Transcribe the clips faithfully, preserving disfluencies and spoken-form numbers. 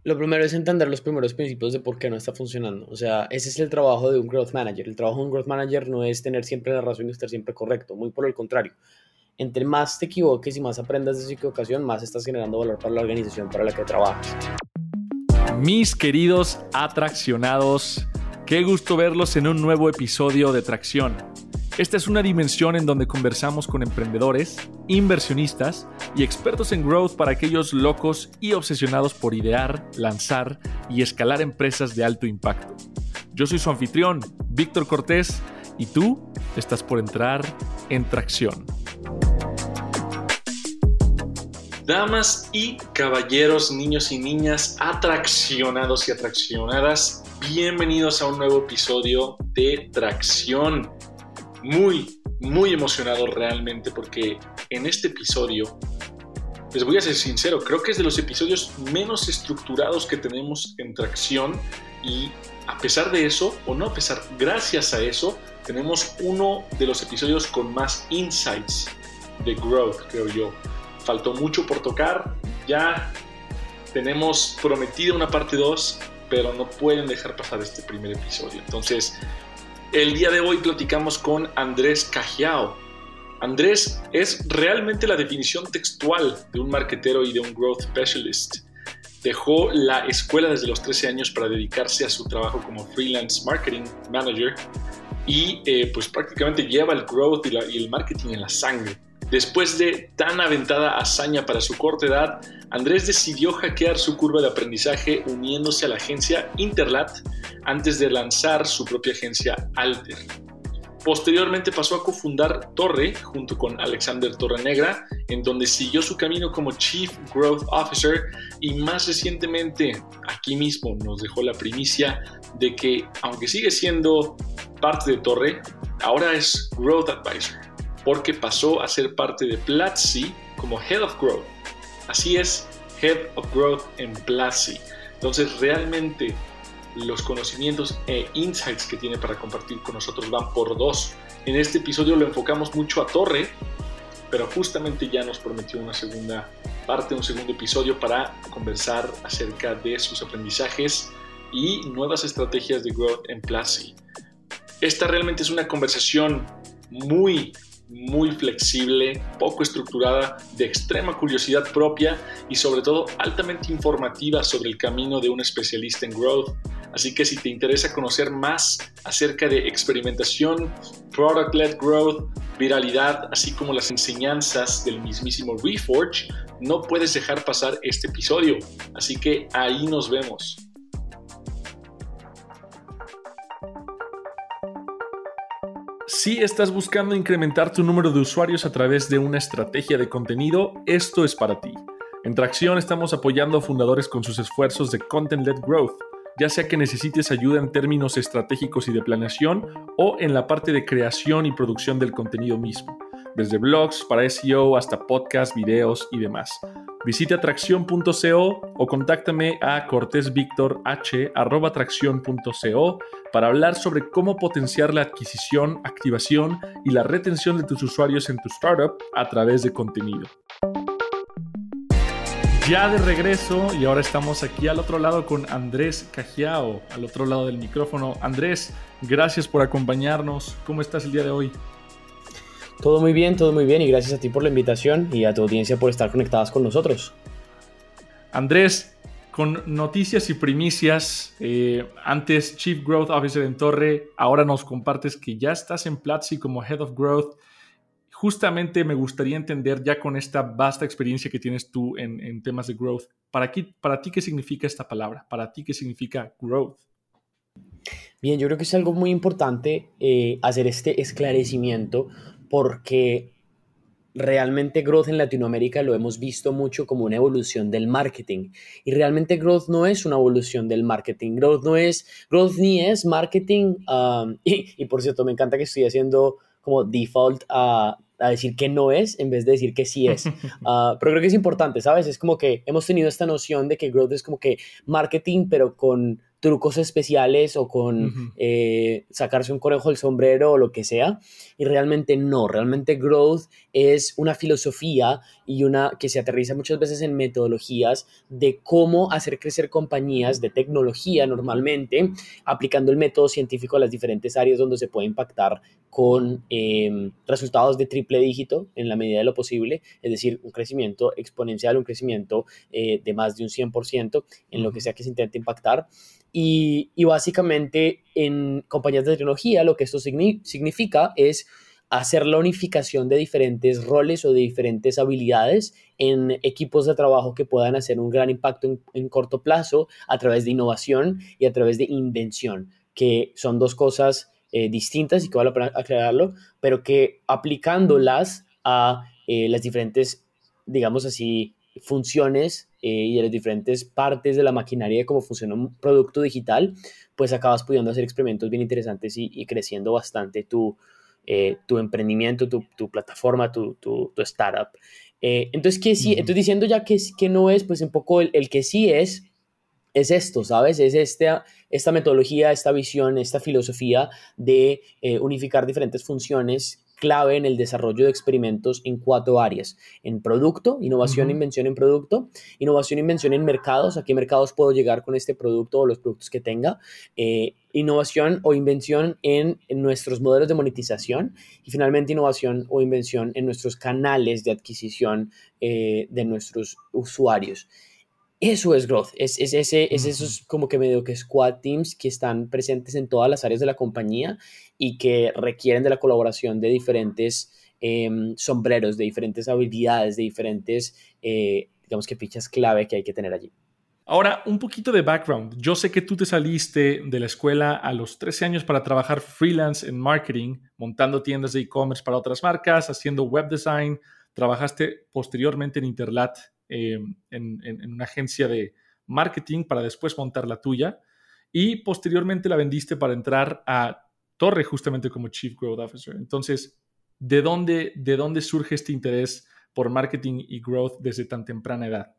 Lo primero es entender los primeros principios de por qué no está funcionando. O sea, ese es el trabajo de un growth manager. El trabajo de un growth manager no es tener siempre la razón y estar siempre correcto. Muy por el contrario. Entre más te equivoques y más aprendas de su equivocación, más estás generando valor para la organización para la que trabajas. Mis queridos atraccionados, qué gusto verlos en un nuevo episodio de Tracción. Esta es una dimensión en donde conversamos con emprendedores, inversionistas y expertos en growth para aquellos locos y obsesionados por idear, lanzar y escalar empresas de alto impacto. Yo soy su anfitrión, Víctor Cortés, y tú estás por entrar en Tracción. Damas y caballeros, niños y niñas, atraccionados y atraccionadas, bienvenidos a un nuevo episodio de Tracción. Muy, muy emocionado realmente porque en este episodio, les voy a ser sincero, creo que es de los episodios menos estructurados que tenemos en Tracción y a pesar de eso, o no a pesar, gracias a eso, tenemos uno de los episodios con más insights de growth, creo yo. Faltó mucho por tocar, ya tenemos prometido una parte dos, pero no pueden dejar pasar este primer episodio. Entonces, el día de hoy platicamos con Andrés Cajiao. Andrés es realmente la definición textual de un marketero y de un growth specialist. Dejó la escuela desde los trece años para dedicarse a su trabajo como freelance marketing manager y eh, pues prácticamente lleva el growth y, la, y el marketing en la sangre. Después de tan aventada hazaña para su corta edad, Andrés decidió hackear su curva de aprendizaje uniéndose a la agencia Interlat antes de lanzar su propia agencia Alter. Posteriormente pasó a cofundar Torre junto con Alexander Torrenegra, en donde siguió su camino como Chief Growth Officer y más recientemente aquí mismo nos dejó la primicia de que, aunque sigue siendo parte de Torre, ahora es Growth Advisor, porque pasó a ser parte de Platzi como Head of Growth. Así es, Head of Growth en Platzi. Entonces realmente los conocimientos e insights que tiene para compartir con nosotros van por dos. En este episodio lo enfocamos mucho a Torre, pero justamente ya nos prometió una segunda parte, un segundo episodio para conversar acerca de sus aprendizajes y nuevas estrategias de growth en Platzi. Esta realmente es una conversación muy muy flexible, poco estructurada, de extrema curiosidad propia y sobre todo altamente informativa sobre el camino de un especialista en growth. Así que si te interesa conocer más acerca de experimentación, product-led growth, viralidad, así como las enseñanzas del mismísimo Reforge, no puedes dejar pasar este episodio. Así que ahí nos vemos. Si estás buscando incrementar tu número de usuarios a través de una estrategia de contenido, esto es para ti. En Tracción estamos apoyando a fundadores con sus esfuerzos de Content-Led Growth, ya sea que necesites ayuda en términos estratégicos y de planeación o en la parte de creación y producción del contenido mismo, desde blogs para S E O hasta podcasts, videos y demás. Visita tracción punto co o contáctame a cortesvictorh arroba tracción punto co para hablar sobre cómo potenciar la adquisición, activación y la retención de tus usuarios en tu startup a través de contenido. Ya de regreso y ahora estamos aquí al otro lado con Andrés Cajiao, al otro lado del micrófono. Andrés, gracias por acompañarnos. ¿Cómo estás el día de hoy? Todo muy bien, todo muy bien y gracias a ti por la invitación y a tu audiencia por estar conectadas con nosotros. Andrés, con noticias y primicias, eh, antes Chief Growth Officer en Torre, ahora nos compartes que ya estás en Platzi como Head of Growth. Justamente me gustaría entender ya con esta vasta experiencia que tienes tú en, en temas de growth, ¿para, aquí, ¿para ti qué significa esta palabra? ¿Para ti qué significa growth? Bien, yo creo que es algo muy importante eh, hacer este esclarecimiento porque realmente growth en Latinoamérica lo hemos visto mucho como una evolución del marketing y realmente growth no es una evolución del marketing, growth no es, growth ni es marketing um, y, y por cierto me encanta que estoy haciendo como default a, a decir que no es en vez de decir que sí es, uh, pero creo que es importante, ¿sabes? Es como que hemos tenido esta noción de que growth es como que marketing pero con trucos especiales o con Uh-huh. eh, sacarse un conejo del sombrero o lo que sea, y realmente no, realmente growth es una filosofía y una que se aterriza muchas veces en metodologías de cómo hacer crecer compañías de tecnología normalmente, aplicando el método científico a las diferentes áreas donde se puede impactar con eh, resultados de triple dígito en la medida de lo posible, es decir, un crecimiento exponencial, un crecimiento eh, de más de un cien por ciento en lo que sea que se intente impactar. Y, y básicamente en compañías de tecnología lo que esto signi- significa es hacer la unificación de diferentes roles o de diferentes habilidades en equipos de trabajo que puedan hacer un gran impacto en, en corto plazo a través de innovación y a través de invención, que son dos cosas eh, distintas y que vale la pena aclararlo, pero que aplicándolas a eh, las diferentes, digamos así, funciones eh, y de las diferentes partes de la maquinaria de cómo funciona un producto digital, pues acabas pudiendo hacer experimentos bien interesantes y, y creciendo bastante tu, eh, tu emprendimiento, tu, tu plataforma, tu, tu, tu startup. Eh, entonces, ¿qué sí? Uh-huh. Entonces, diciendo ya que, que no es, pues un poco el, el que sí es, es esto, ¿sabes? Es esta, esta metodología, esta visión, esta filosofía de eh, unificar diferentes funciones clave en el desarrollo de experimentos en cuatro áreas: en producto, innovación e Uh-huh. invención en producto, innovación e invención en mercados, a qué mercados puedo llegar con este producto o los productos que tenga, eh, innovación o invención en, en nuestros modelos de monetización, y finalmente innovación o invención en nuestros canales de adquisición eh, de nuestros usuarios. Eso es growth, es, es, ese, es Uh-huh. esos como que medio que squad teams que están presentes en todas las áreas de la compañía y que requieren de la colaboración de diferentes eh, sombreros, de diferentes habilidades, de diferentes, eh, digamos que fichas clave que hay que tener allí. Ahora, un poquito de background. Yo sé que tú te saliste de la escuela a los trece años para trabajar freelance en marketing, montando tiendas de e-commerce para otras marcas, haciendo web design. Trabajaste posteriormente en Interlat, eh, en, en, en una agencia de marketing para después montar la tuya. Y posteriormente la vendiste para entrar a Torre justamente como Chief Growth Officer. Entonces, ¿de dónde, de dónde surge este interés por marketing y growth desde tan temprana edad?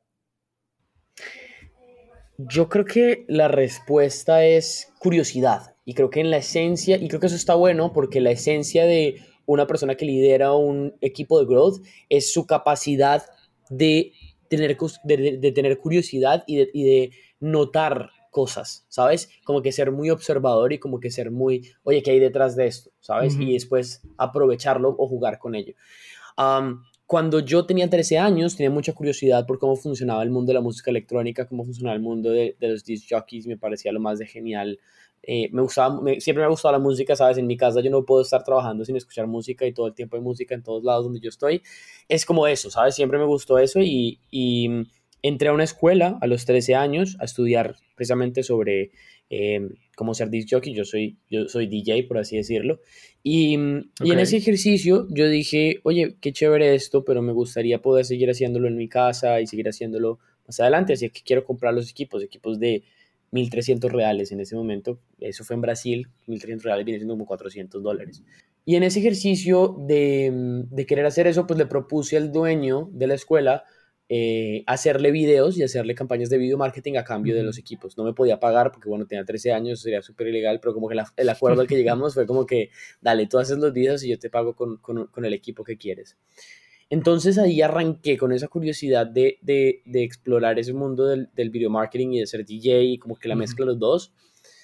Yo creo que la respuesta es curiosidad, y creo que en la esencia, y creo que eso está bueno porque la esencia de una persona que lidera un equipo de growth es su capacidad de tener, de, de, de tener curiosidad y de, y de notar cosas, ¿sabes? Como que ser muy observador y como que ser muy, oye, ¿qué hay detrás de esto? ¿Sabes? Y Uh-huh. después aprovecharlo o jugar con ello. Um, cuando yo tenía trece años, tenía mucha curiosidad por cómo funcionaba el mundo de la música electrónica, cómo funcionaba el mundo de, de los disc jockeys, me parecía lo más de genial. Eh, me gustaba, me, siempre me ha gustado la música, ¿sabes? En mi casa yo no puedo estar trabajando sin escuchar música y todo el tiempo hay música en todos lados donde yo estoy. Es como eso, ¿sabes? Siempre me gustó eso y, y entré a una escuela a los trece años a estudiar precisamente sobre eh, cómo ser disc jockey. Yo soy, yo soy D J, por así decirlo. Y, y Ok. en ese ejercicio yo dije, oye, qué chévere esto, pero me gustaría poder seguir haciéndolo en mi casa y seguir haciéndolo más adelante. Así que quiero comprar los equipos, equipos de mil trescientos reales en ese momento. Eso fue en Brasil, mil trescientos reales viene siendo como cuatrocientos dólares. Y en ese ejercicio de, de querer hacer eso, pues le propuse al dueño de la escuela eh, hacerle videos y hacerle campañas de video marketing a cambio de Uh-huh. los equipos. No me podía pagar porque, bueno, tenía trece años, sería súper ilegal, pero como que la, el acuerdo al que llegamos fue como que, dale, tú haces los videos y yo te pago con, con, con el equipo que quieres. Entonces ahí arranqué con esa curiosidad de, de, de explorar ese mundo del, del video marketing y de ser D J y como que la Uh-huh. mezcla de los dos.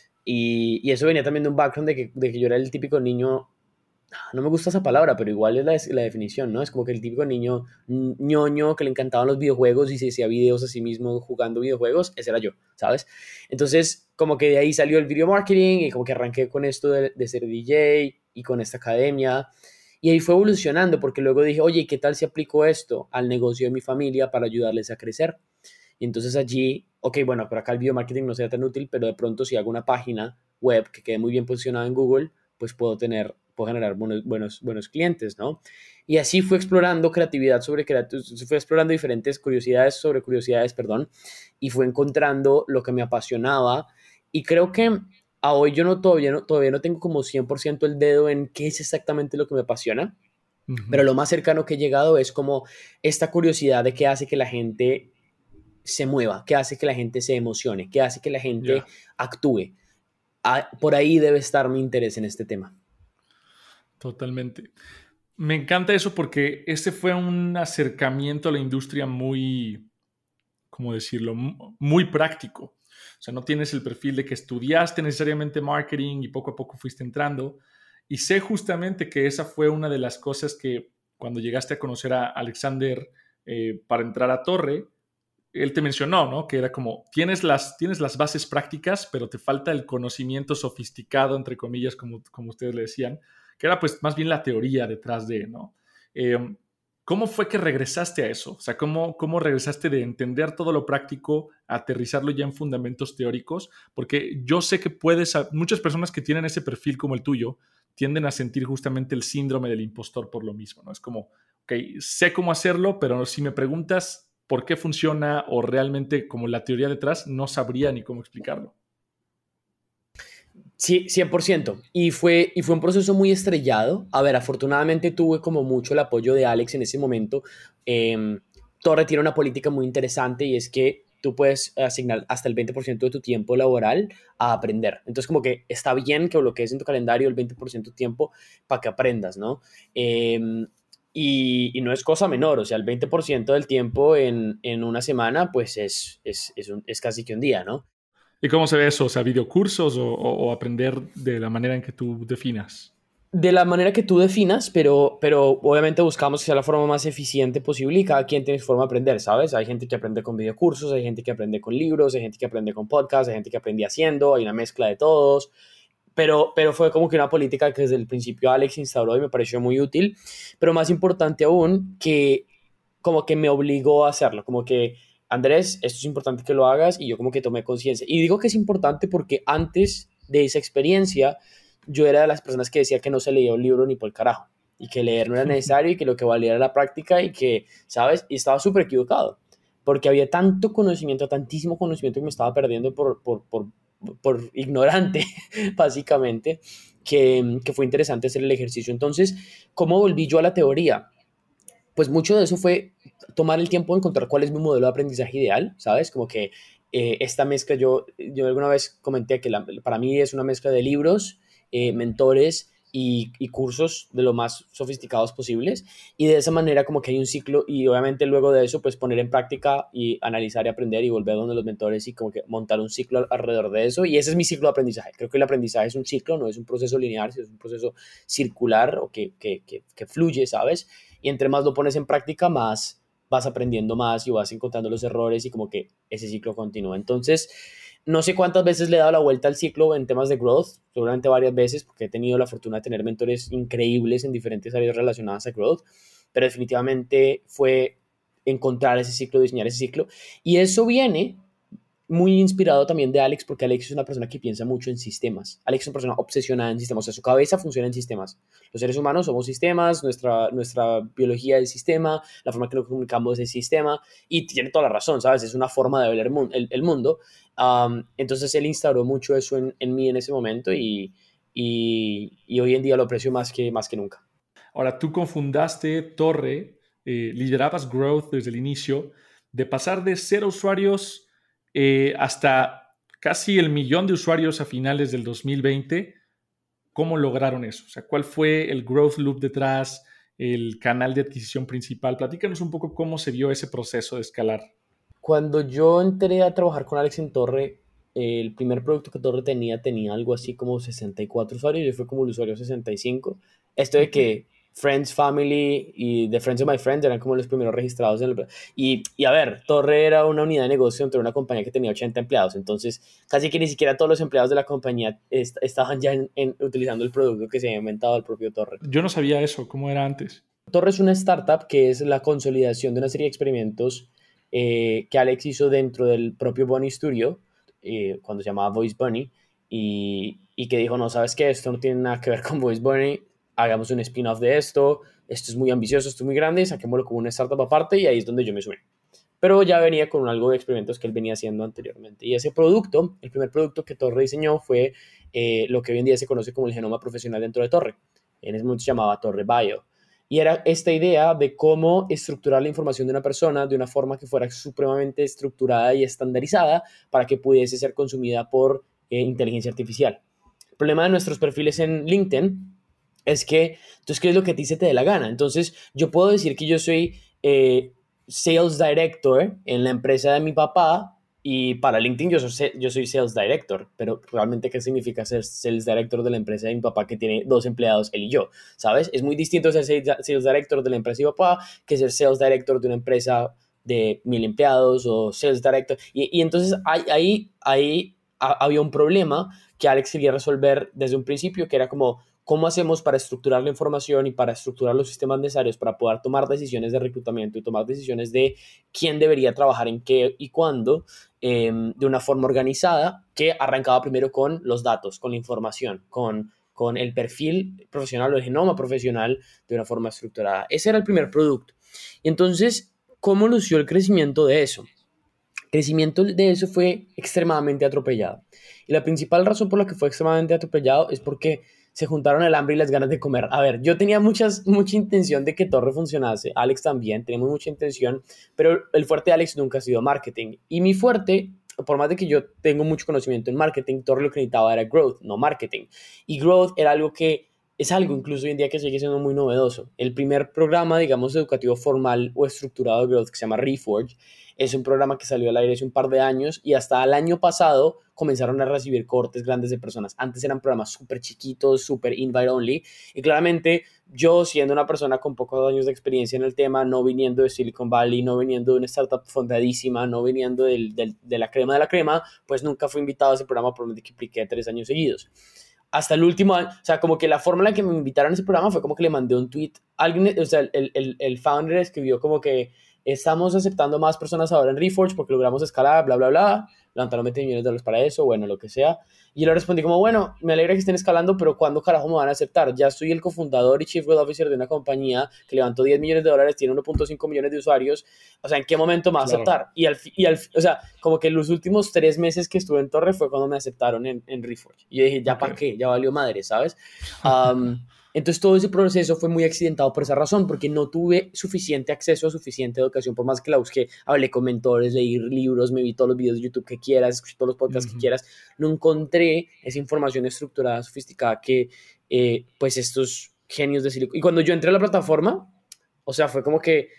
Y, y eso venía también de un background de que, de que yo era el típico niño, no me gusta esa palabra, pero igual es la, la definición, ¿no? Es como que el típico niño ñoño que le encantaban los videojuegos y se hacía videos a sí mismo jugando videojuegos, ese era yo, ¿sabes? Entonces, como que de ahí salió el video marketing y como que arranqué con esto de, de ser D J y con esta academia. Y ahí fue evolucionando porque luego dije, oye, ¿qué tal si aplico esto al negocio de mi familia para ayudarles a crecer? Y entonces allí, ok, bueno, por acá el video marketing no sería tan útil, pero de pronto si hago una página web que quede muy bien posicionada en Google, pues puedo tener, puedo generar buenos, buenos, buenos clientes, ¿no? Y así fue explorando creatividad sobre creatividad, fue explorando diferentes curiosidades sobre curiosidades, perdón, y fue encontrando lo que me apasionaba. Y creo que a hoy yo no todavía, no todavía no tengo como cien por ciento el dedo en qué es exactamente lo que me apasiona, Uh-huh. pero lo más cercano que he llegado es como esta curiosidad de qué hace que la gente se mueva, qué hace que la gente se emocione, qué hace que la gente Yeah. actúe. Ah, por ahí debe estar mi interés en este tema. Totalmente. Me encanta eso porque ese fue un acercamiento a la industria muy, ¿cómo decirlo? Muy práctico. O sea, no tienes el perfil de que estudiaste necesariamente marketing y poco a poco fuiste entrando. Y sé justamente que esa fue una de las cosas que cuando llegaste a conocer a Alexander eh, para entrar a Torre, él te mencionó, ¿no? Que era como, tienes las, tienes las bases prácticas, pero te falta el conocimiento sofisticado, entre comillas, como, como ustedes le decían, que era pues más bien la teoría detrás de, ¿no? Eh, ¿Cómo fue que regresaste a eso? O sea, ¿cómo, ¿cómo regresaste de entender todo lo práctico a aterrizarlo ya en fundamentos teóricos? Porque yo sé que puedes, muchas personas que tienen ese perfil como el tuyo, tienden a sentir justamente el síndrome del impostor por lo mismo, ¿no? Es como, ok, sé cómo hacerlo, pero si me preguntas por qué funciona o realmente como la teoría detrás, no sabría ni cómo explicarlo. Sí, cien por ciento. Y fue, y fue un proceso muy estrellado. A ver, afortunadamente tuve como mucho el apoyo de Alex en ese momento. Eh, Torre tiene una política muy interesante y es que tú puedes asignar hasta el veinte por ciento de tu tiempo laboral a aprender. Entonces, como que está bien que bloquees en tu calendario el veinte por ciento de tiempo para que aprendas, ¿no? Eh, y, y no es cosa menor, o sea, el veinte por ciento del tiempo en, en una semana, pues es, es, es, un, es casi que un día, ¿no? ¿Y cómo se ve eso? O sea, videocursos o, o, o aprender de la manera en que tú definas. De la manera que tú definas, pero, pero obviamente buscamos que sea la forma más eficiente posible y cada quien tiene su forma de aprender, ¿sabes? Hay gente que aprende con videocursos, hay gente que aprende con libros, hay gente que aprende con podcasts, hay gente que aprende haciendo, hay una mezcla de todos, pero, pero fue como que una política que desde el principio Alex instauró y me pareció muy útil, pero más importante aún, que como que me obligó a hacerlo, como que Andrés, esto es importante que lo hagas y yo como que tomé conciencia. Y digo que es importante porque antes de esa experiencia yo era de las personas que decía que no se leía un libro ni por el carajo y que leer no era necesario y que lo que valía era la práctica y que, ¿sabes? Y estaba súper equivocado porque había tanto conocimiento, tantísimo conocimiento que me estaba perdiendo por, por, por, por ignorante, básicamente, que, que fue interesante hacer el ejercicio. Entonces, ¿cómo volví yo a la teoría? Pues mucho de eso fue tomar el tiempo de encontrar cuál es mi modelo de aprendizaje ideal, ¿sabes? Como que eh, esta mezcla, yo, yo alguna vez comenté que la, para mí es una mezcla de libros, eh, mentores y, y cursos de lo más sofisticados posibles, y de esa manera como que hay un ciclo, y obviamente luego de eso pues poner en práctica y analizar y aprender y volver donde los mentores y como que montar un ciclo alrededor de eso, y ese es mi ciclo de aprendizaje. Creo que el aprendizaje es un ciclo, no es un proceso lineal, es un proceso circular o que, que, que, que fluye, ¿sabes? Y entre más lo pones en práctica, más vas aprendiendo más y vas encontrando los errores y como que ese ciclo continúa. Entonces, no sé cuántas veces le he dado la vuelta al ciclo en temas de growth, seguramente varias veces, porque he tenido la fortuna de tener mentores increíbles en diferentes áreas relacionadas a growth, pero definitivamente fue encontrar ese ciclo, diseñar ese ciclo. Y eso viene muy inspirado también de Alex, porque Alex es una persona que piensa mucho en sistemas. Alex es una persona obsesionada en sistemas, o sea, su cabeza funciona en sistemas. Los seres humanos somos sistemas, nuestra, nuestra biología es sistema, la forma que nos comunicamos es sistema, y tiene toda la razón, ¿sabes? Es una forma de ver el, mu- el, el mundo. Um, entonces él instauró mucho eso en, en mí en ese momento y, y, y hoy en día lo aprecio más que, más que nunca. Ahora, tú cofundaste Torre, eh, liderabas Growth desde el inicio, de pasar de cero usuarios eh, hasta casi el millón de usuarios a finales del dos mil veinte. ¿Cómo lograron eso? O sea, ¿cuál fue el growth loop detrás, el canal de adquisición principal? Platícanos un poco cómo se vio ese proceso de escalar. Cuando yo entré a trabajar con Alex en Torre, eh, el primer producto que Torre tenía tenía algo así como sesenta y cuatro usuarios, yo fui como el usuario sesenta y cinco. Esto de Okay. que Friends, Family y The Friends of My Friends eran como los primeros registrados en el... Y, y a ver, Torre era una unidad de negocio entre una compañía que tenía ochenta empleados, entonces casi que ni siquiera todos los empleados de la compañía est estaban ya en, en, utilizando el producto que se había inventado el propio Torre. Yo no sabía eso, ¿cómo era antes? Torre es una startup que es la consolidación de una serie de experimentos eh, que Alex hizo dentro del propio Bunny Studio, eh, cuando se llamaba Voice Bunny, y, y que dijo, no, ¿sabes qué? Esto no tiene nada que ver con Voice Bunny, hagamos un spin-off de esto, esto es muy ambicioso, esto es muy grande, saquémoslo como una startup aparte, y ahí es donde yo me sumé. Pero ya venía con algo de experimentos que él venía haciendo anteriormente. Y ese producto, el primer producto que Torre diseñó fue eh, lo que hoy en día se conoce como el genoma profesional dentro de Torre. En ese momento se llamaba Torre Bio. Y era esta idea de cómo estructurar la información de una persona de una forma que fuera supremamente estructurada y estandarizada para que pudiese ser consumida por eh, inteligencia artificial. El problema de nuestros perfiles en LinkedIn es que tú escribes lo que a ti se te dé la gana. Entonces, yo puedo decir que yo soy eh, Sales Director en la empresa de mi papá, y para LinkedIn yo soy, yo soy Sales Director, pero realmente ¿qué significa ser Sales Director de la empresa de mi papá que tiene dos empleados, él y yo? ¿Sabes? Es muy distinto ser Sales Director de la empresa de mi papá que ser Sales Director de una empresa de mil empleados o Sales Director. Y, y entonces ahí, ahí, ahí había un problema que Alex quería resolver desde un principio, que era como, ¿cómo hacemos para estructurar la información y para estructurar los sistemas necesarios para poder tomar decisiones de reclutamiento y tomar decisiones de quién debería trabajar en qué y cuándo eh, de una forma organizada, que arrancaba primero con los datos, con la información, con, con el perfil profesional o el genoma profesional de una forma estructurada? Ese era el primer producto. Y entonces, ¿cómo lució el crecimiento de eso? El crecimiento de eso fue extremadamente atropellado. Y la principal razón por la que fue extremadamente atropellado es porque se juntaron el hambre y las ganas de comer. A ver, yo tenía muchas, mucha intención de que Torre funcionase, Alex también, teníamos mucha intención, pero el fuerte de Alex nunca ha sido marketing. Y mi fuerte, por más de que yo tengo mucho conocimiento en marketing, Torre lo que necesitaba era growth, no marketing. Y growth era algo que es algo incluso hoy en día que sigue siendo muy novedoso. El primer programa, digamos, educativo formal o estructurado de growth, que se llama Reforge, es un programa que salió al aire hace un par de años y hasta el año pasado comenzaron a recibir cohortes grandes de personas. Antes eran programas súper chiquitos, súper invite only, y claramente yo, siendo una persona con pocos años de experiencia en el tema, no viniendo de Silicon Valley, no viniendo de una startup fundadísima, no viniendo del, del, de la crema de la crema, pues nunca fui invitado a ese programa, por lo que apliqué tres años seguidos. Hasta el último año, o sea, como que la forma en la que me invitaron a ese programa fue como que le mandé un tweet. Alguien, o sea, el, el, el founder escribió como que estamos aceptando más personas ahora en Reforge porque logramos escalar, bla, bla, bla. Levantaron veinte millones de dólares para eso, bueno, lo que sea. Y yo le respondí como, bueno, me alegra que estén escalando, pero ¿cuándo carajo me van a aceptar? Ya soy el cofundador y chief growth officer de una compañía que levantó diez millones de dólares, tiene uno punto cinco millones de usuarios. O sea, ¿en qué momento me va a Claro. aceptar? Y al, y al, o sea, como que los últimos tres meses que estuve en Torre fue cuando me aceptaron en, en Reforge. Y yo dije, ¿ya Okay. para qué? Ya valió madre, ¿sabes? Um, Entonces todo ese proceso fue muy accidentado por esa razón, porque no tuve suficiente acceso a suficiente educación, por más que la busqué, hablé con mentores, leí libros, me vi todos los videos de YouTube que quieras, escuché todos los podcasts uh-huh. que quieras, no encontré esa información estructurada, sofisticada que eh, pues estos genios de Silicon... Y cuando yo entré a la plataforma, o sea, fue como que,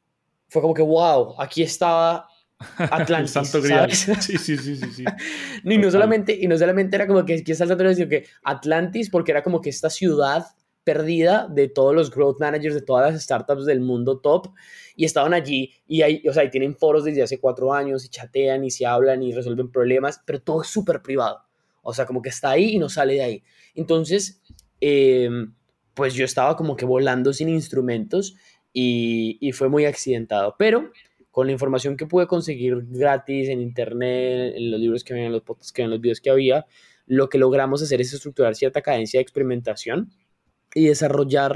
fue como que, wow, aquí estaba Atlantis, el santo grial. ¿sabes? Sí, sí, sí, sí, sí. y, no solamente, y no solamente era como que aquí está el santo grial, sino que Atlantis, porque era como que esta ciudad perdida de todos los growth managers de todas las startups del mundo top, y estaban allí y hay, o sea, y tienen foros desde hace cuatro años y chatean y se hablan y resuelven problemas, pero todo es súper privado, o sea, como que está ahí y no sale de ahí. Entonces, eh, pues yo estaba como que volando sin instrumentos y, y fue muy accidentado, pero con la información que pude conseguir gratis en internet, en los libros que había, en los podcasts que había, en los videos que había, lo que logramos hacer es estructurar cierta cadencia de experimentación y desarrollar,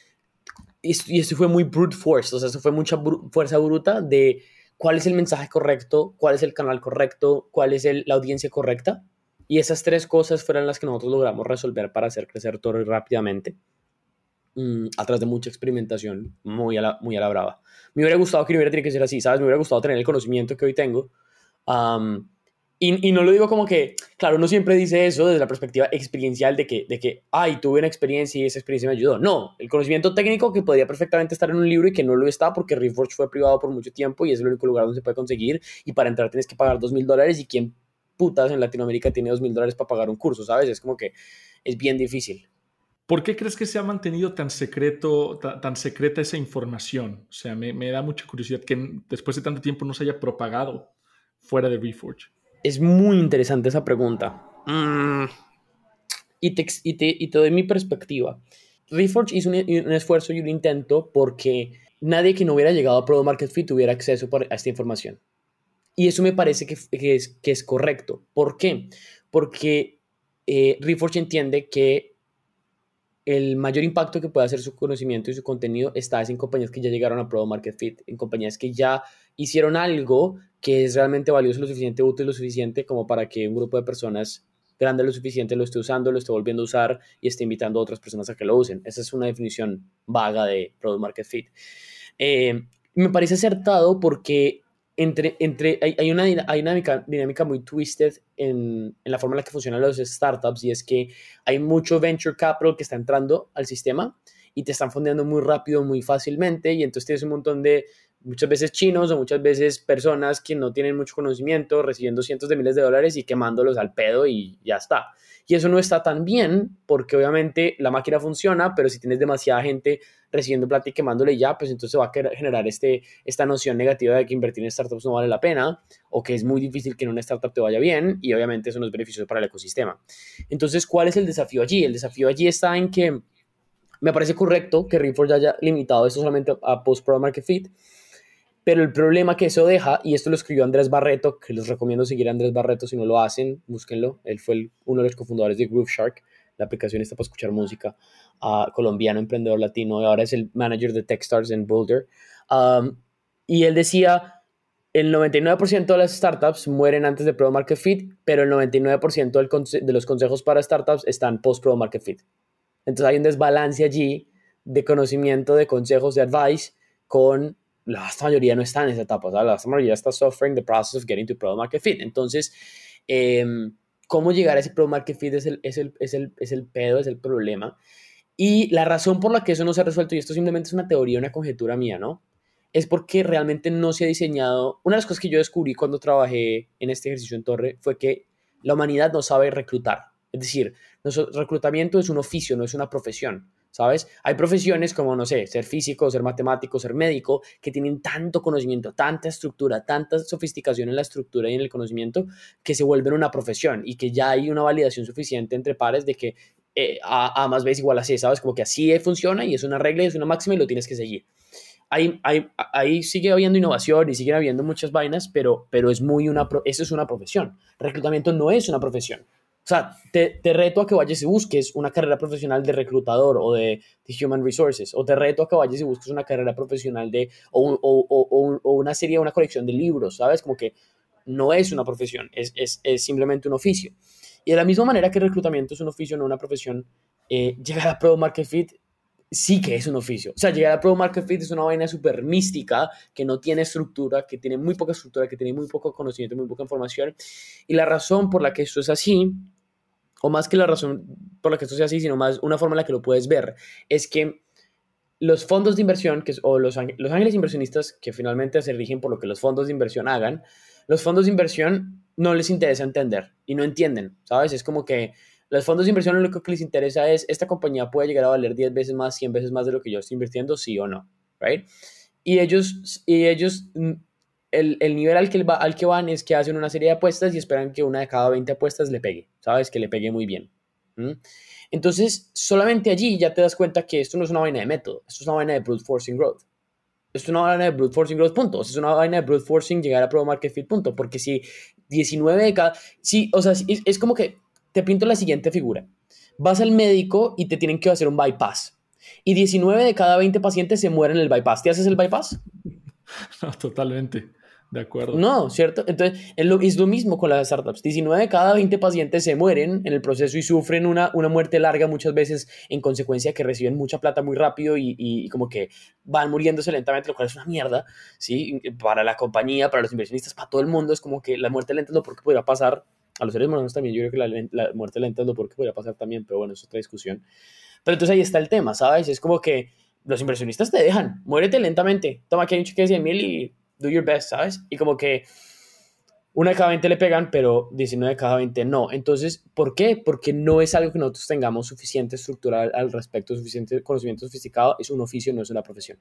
y esto fue muy brute force, o sea, eso fue mucha br- fuerza bruta de cuál es el mensaje correcto, cuál es el canal correcto, cuál es el, la audiencia correcta, y esas tres cosas fueron las que nosotros logramos resolver para hacer crecer Torre rápidamente, mmm, a través de mucha experimentación muy a, la, muy a la brava. Me hubiera gustado que no hubiera tenido que ser así, ¿sabes? Me hubiera gustado tener el conocimiento que hoy tengo, um, Y, y no lo digo como que, claro, uno siempre dice eso desde la perspectiva experiencial de que, de que, ay, tuve una experiencia y esa experiencia me ayudó. No, el conocimiento técnico que podría perfectamente estar en un libro y que no lo está porque Reforge fue privado por mucho tiempo y es el único lugar donde se puede conseguir, y para entrar tienes que pagar dos mil dólares, y quién putas en Latinoamérica tiene dos mil dólares para pagar un curso, ¿sabes? Es como que es bien difícil. ¿Por qué crees que se ha mantenido tan secreto, tan, tan secreta esa información? O sea, me, me da mucha curiosidad que después de tanto tiempo no se haya propagado fuera de Reforge. Es muy interesante esa pregunta. Mm. Y, te, y, te, y te doy mi perspectiva. Reforge hizo un, un esfuerzo y un intento porque nadie que no hubiera llegado a Product Market Fit tuviera acceso a esta información. Y eso me parece que, que, es, que es correcto. ¿Por qué? Porque eh, Reforge entiende que el mayor impacto que puede hacer su conocimiento y su contenido está en compañías que ya llegaron a Product Market Fit, en compañías que ya hicieron algo que es realmente valioso, lo suficiente útil, lo suficiente como para que un grupo de personas grande lo suficiente, lo esté usando, lo esté volviendo a usar y esté invitando a otras personas a que lo usen. Esa es una definición vaga de Product Market Fit. Eh, me parece acertado porque entre, entre, hay, hay una, hay una dinámica, dinámica muy twisted en, en la forma en la que funcionan los startups, y es que hay mucho venture capital que está entrando al sistema y te están fondeando muy rápido, muy fácilmente, y entonces tienes un montón de, muchas veces chinos o muchas veces personas que no tienen mucho conocimiento, recibiendo cientos de miles de dólares y quemándolos al pedo y ya está. Y eso no está tan bien, porque obviamente la máquina funciona, pero si tienes demasiada gente recibiendo plata y quemándole ya, pues entonces va a generar este, esta noción negativa de que invertir en startups no vale la pena, o que es muy difícil que en una startup te vaya bien, y obviamente eso no es beneficioso para el ecosistema. Entonces, ¿cuál es el desafío allí? El desafío allí está en que me parece correcto que Reforge haya limitado esto solamente a post-Product Market Fit, pero el problema que eso deja, y esto lo escribió Andrés Barreto, que les recomiendo seguir a Andrés Barreto, si no lo hacen, búsquenlo. Él fue el, uno de los cofundadores de Groove Shark, la aplicación está para escuchar música, uh, colombiano, emprendedor latino, y ahora es el manager de Techstars en Boulder. Um, y él decía, el noventa y nueve por ciento de las startups mueren antes de Product Market Fit, pero el noventa y nueve por ciento del conse- de los consejos para startups están post-Product Market Fit. Entonces hay un desbalance allí de conocimiento, de consejos, de advice, con la vasta mayoría no está en esa etapa, ¿sabes? La vasta mayoría está suffering the process of getting to Product Market Fit. Entonces, eh, ¿cómo llegar a ese Product Market Fit es el, es, el, es, el, es el pedo, es el problema? Y la razón por la que eso no se ha resuelto, y esto simplemente es una teoría, una conjetura mía, ¿no? Es porque realmente no se ha diseñado. Una de las cosas que yo descubrí cuando trabajé en este ejercicio en Torre fue que la humanidad no sabe reclutar. Es decir, nuestro reclutamiento es un oficio, no es una profesión, ¿sabes? Hay profesiones como, no sé, ser físico, ser matemático, ser médico, que tienen tanto conocimiento, tanta estructura, tanta sofisticación en la estructura y en el conocimiento, que se vuelven una profesión y que ya hay una validación suficiente entre pares de que eh, A, A más B es igual a C, ¿sabes? Como que así funciona y es una regla, es una máxima y lo tienes que seguir. Ahí, ahí, ahí sigue habiendo innovación y sigue habiendo muchas vainas, pero, pero es muy una, eso es una profesión. Reclutamiento no es una profesión. O sea, te, te reto a que vayas y busques una carrera profesional de reclutador o de, de Human Resources, o te reto a que vayas y busques una carrera profesional de, o, o, o, o una serie, una colección de libros, ¿sabes? Como que no es una profesión, es, es, es simplemente un oficio. Y de la misma manera que el reclutamiento es un oficio, no una profesión, eh, llegar a Product Market Fit sí que es un oficio. O sea, llegar a Product Market Fit es una vaina súper mística, que no tiene estructura, que tiene muy poca estructura, que tiene muy poco conocimiento, muy poca información. Y la razón por la que esto es así, o más que la razón por la que esto sea así, sino más una forma en la que lo puedes ver, es que los fondos de inversión, que es, o los, los ángeles inversionistas, que finalmente se rigen por lo que los fondos de inversión hagan, los fondos de inversión no les interesa entender y no entienden, ¿sabes? Es como que los fondos de inversión lo único que les interesa es, esta compañía puede llegar a valer diez veces más, cien veces más de lo que yo estoy invirtiendo, sí o no, ¿right? Y ellos, y ellos el, el nivel al que, va, al que van es que hacen una serie de apuestas y esperan que una de cada veinte apuestas le pegue, ¿sabes? Que le pegue muy bien. ¿Mm? Entonces, solamente allí ya te das cuenta que esto no es una vaina de método, esto es una vaina de brute forcing growth. Esto es una vaina de brute forcing growth, punto. Esto es una vaina de brute forcing llegar a Product Market Fit, punto. Porque si diecinueve de cada... Sí, o sea, es, es como que te pinto la siguiente figura. Vas al médico y te tienen que hacer un bypass. Y diecinueve de cada veinte pacientes se mueren en el bypass. ¿Te haces el bypass? No, totalmente. De acuerdo. No, ¿cierto? Entonces, es lo, es lo mismo con las startups. diecinueve de cada veinte pacientes se mueren en el proceso y sufren una, una muerte larga muchas veces en consecuencia de que reciben mucha plata muy rápido y, y, y como que van muriéndose lentamente, lo cual es una mierda, ¿sí? Para la compañía, para los inversionistas, para todo el mundo. Es como que la muerte lenta es lo peor que podría pasar. A los seres humanos también, yo creo que la, la muerte lenta es lo peor que podría pasar también, pero bueno, es otra discusión. Pero entonces ahí está el tema, ¿sabes? Es como que los inversionistas te dejan, muérete lentamente, toma aquí hay un cheque de cien mil y do your best, ¿sabes? Y como que una de cada veinte le pegan, pero diecinueve de cada veinte no. Entonces, ¿por qué? Porque no es algo que nosotros tengamos suficiente estructura al respecto, suficiente conocimiento sofisticado. Es un oficio, no es una profesión.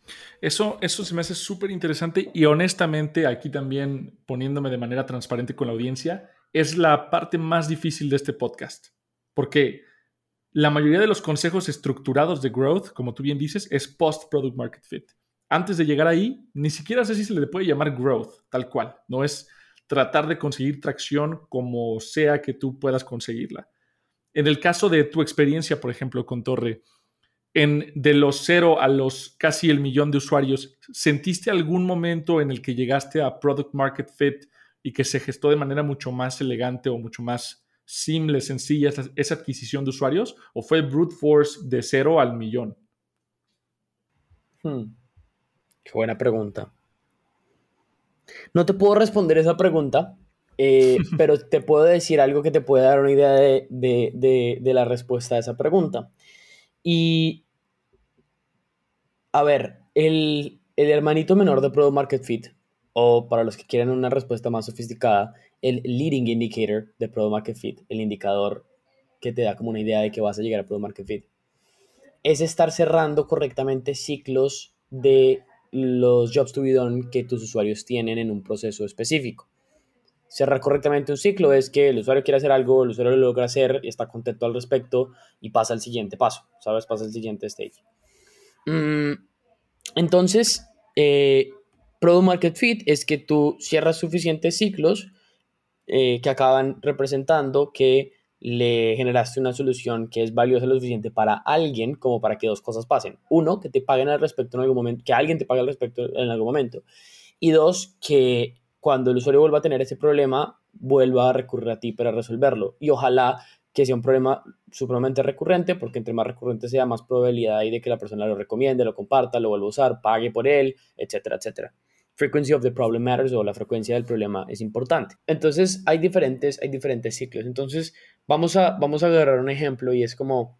Eso, eso se me hace súper interesante y honestamente, aquí también poniéndome de manera transparente con la audiencia, es la parte más difícil de este podcast. Porque la mayoría de los consejos estructurados de growth, como tú bien dices, es post-product market fit. Antes de llegar ahí, ni siquiera sé si se le puede llamar growth, tal cual. No es tratar de conseguir tracción como sea que tú puedas conseguirla. En el caso de tu experiencia, por ejemplo, con Torre, en, de los cero a los casi el millón de usuarios, ¿sentiste algún momento en el que llegaste a product market fit y que se gestó de manera mucho más elegante o mucho más seamless, sencilla esa, esa adquisición de usuarios, o fue brute force de cero al millón? Hmm, Qué buena pregunta. No te puedo responder esa pregunta, eh, pero te puedo decir algo que te puede dar una idea de, de, de, de la respuesta a esa pregunta. Y, a ver, el, el hermanito menor de Product Market Fit, o para los que quieren una respuesta más sofisticada, el leading indicator de Product Market Fit, el indicador que te da como una idea de que vas a llegar a Product Market Fit, es estar cerrando correctamente ciclos de los jobs to be done que tus usuarios tienen en un proceso específico. Cerrar correctamente un ciclo es que el usuario quiere hacer algo, el usuario lo logra hacer y está contento al respecto y pasa al siguiente paso, ¿sabes? Pasa al siguiente stage. Mm, entonces, eh, Product Market Fit es que tú cierras suficientes ciclos eh, que acaban representando que le generaste una solución que es valiosa lo suficiente para alguien como para que dos cosas pasen. Uno, que te paguen al respecto en algún momento, que alguien te pague al respecto en algún momento. Y dos, que cuando el usuario vuelva a tener ese problema, vuelva a recurrir a ti para resolverlo. Y ojalá que sea un problema supremamente recurrente, porque entre más recurrente sea, más probabilidad hay de que la persona lo recomiende, lo comparta, lo vuelva a usar, pague por él, etcétera, etcétera. Frequency of the problem matters, o la frecuencia del problema es importante. Entonces hay diferentes, hay diferentes ciclos. Entonces vamos a, vamos a agarrar un ejemplo y es como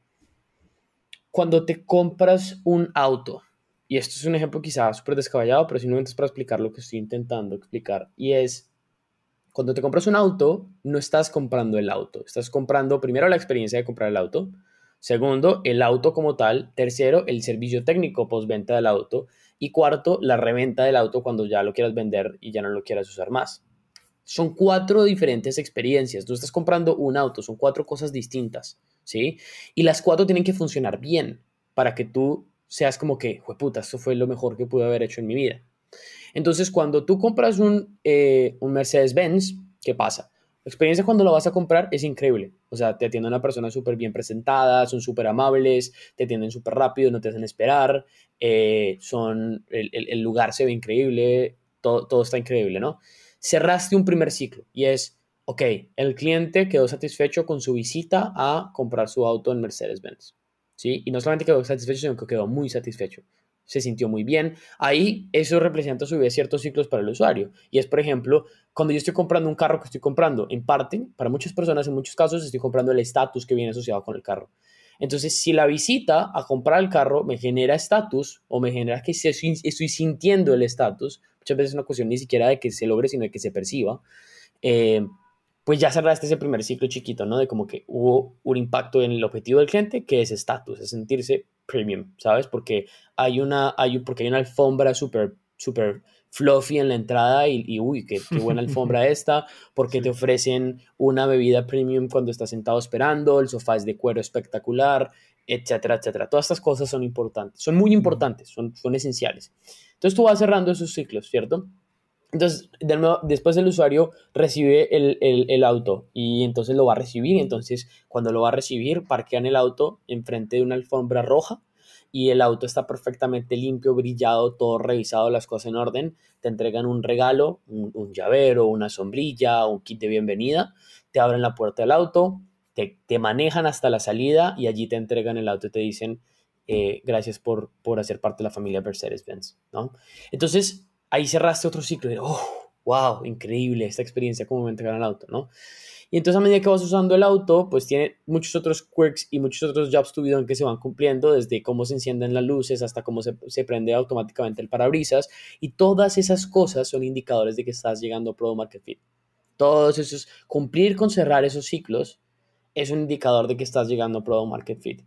cuando te compras un auto, y esto es un ejemplo quizás súper descabellado, pero simplemente es para explicar lo que estoy intentando explicar, y es, cuando te compras un auto, no estás comprando el auto, estás comprando primero la experiencia de comprar el auto, segundo, el auto como tal, tercero, el servicio técnico postventa del auto, y cuarto, la reventa del auto cuando ya lo quieras vender y ya no lo quieras usar más. Son cuatro diferentes experiencias. Tú estás comprando un auto, son cuatro cosas distintas, ¿sí? Y las cuatro tienen que funcionar bien para que tú seas como que, jueputa, esto fue lo mejor que pude haber hecho en mi vida. Entonces, cuando tú compras un, eh, un Mercedes-Benz, ¿qué pasa? La experiencia cuando lo vas a comprar es increíble. O sea, te atiende una persona súper bien presentada, son súper amables, te atienden súper rápido, no te hacen esperar, eh, son, el, el, el lugar se ve increíble, todo, todo está increíble, ¿no? Cerraste un primer ciclo y es, ok, el cliente quedó satisfecho con su visita a comprar su auto en Mercedes-Benz, ¿sí? Y no solamente quedó satisfecho, sino que quedó muy satisfecho. Se sintió muy bien. Ahí eso representa a su vez ciertos ciclos para el usuario. Y es, por ejemplo, cuando yo estoy comprando un carro que estoy comprando, en parte, para muchas personas, en muchos casos, estoy comprando el estatus que viene asociado con el carro. Entonces, si la visita a comprar el carro me genera estatus o me genera que estoy, estoy sintiendo el estatus, muchas veces es una cuestión ni siquiera de que se logre, sino de que se perciba, eh, pues ya cerraste ese primer ciclo chiquito, ¿no? De como que hubo un impacto en el objetivo del cliente, que es estatus, es sentirse premium, ¿sabes? Porque hay una, hay, porque hay una alfombra súper, súper fluffy en la entrada y, y uy, qué, qué buena alfombra esta, porque te Sí. ofrecen una bebida premium cuando estás sentado esperando, el sofá es de cuero espectacular, etcétera, etcétera. Todas estas cosas son importantes, son muy Ujú. importantes, son, son esenciales. Entonces tú vas cerrando esos ciclos, ¿cierto? Entonces, de nuevo, después el usuario recibe el, el, el auto y entonces lo va a recibir. Entonces, cuando lo va a recibir, parquean el auto enfrente de una alfombra roja y el auto está perfectamente limpio, brillado, todo revisado, las cosas en orden. Te entregan un regalo, un, un llavero, una sombrilla, un kit de bienvenida. Te abren la puerta del auto, te, te manejan hasta la salida y allí te entregan el auto y te dicen eh, gracias por, por hacer parte de la familia Mercedes-Benz, ¿no? Entonces, ahí cerraste otro ciclo y, oh, wow, increíble esta experiencia como me entregan el auto, ¿no? Y entonces a medida que vas usando el auto, pues tiene muchos otros quirks y muchos otros jobs to be done que se van cumpliendo, desde cómo se encienden las luces hasta cómo se, se prende automáticamente el parabrisas, y todas esas cosas son indicadores de que estás llegando a Product Market Fit. Todos esos, cumplir con cerrar esos ciclos es un indicador de que estás llegando a Product Market Fit.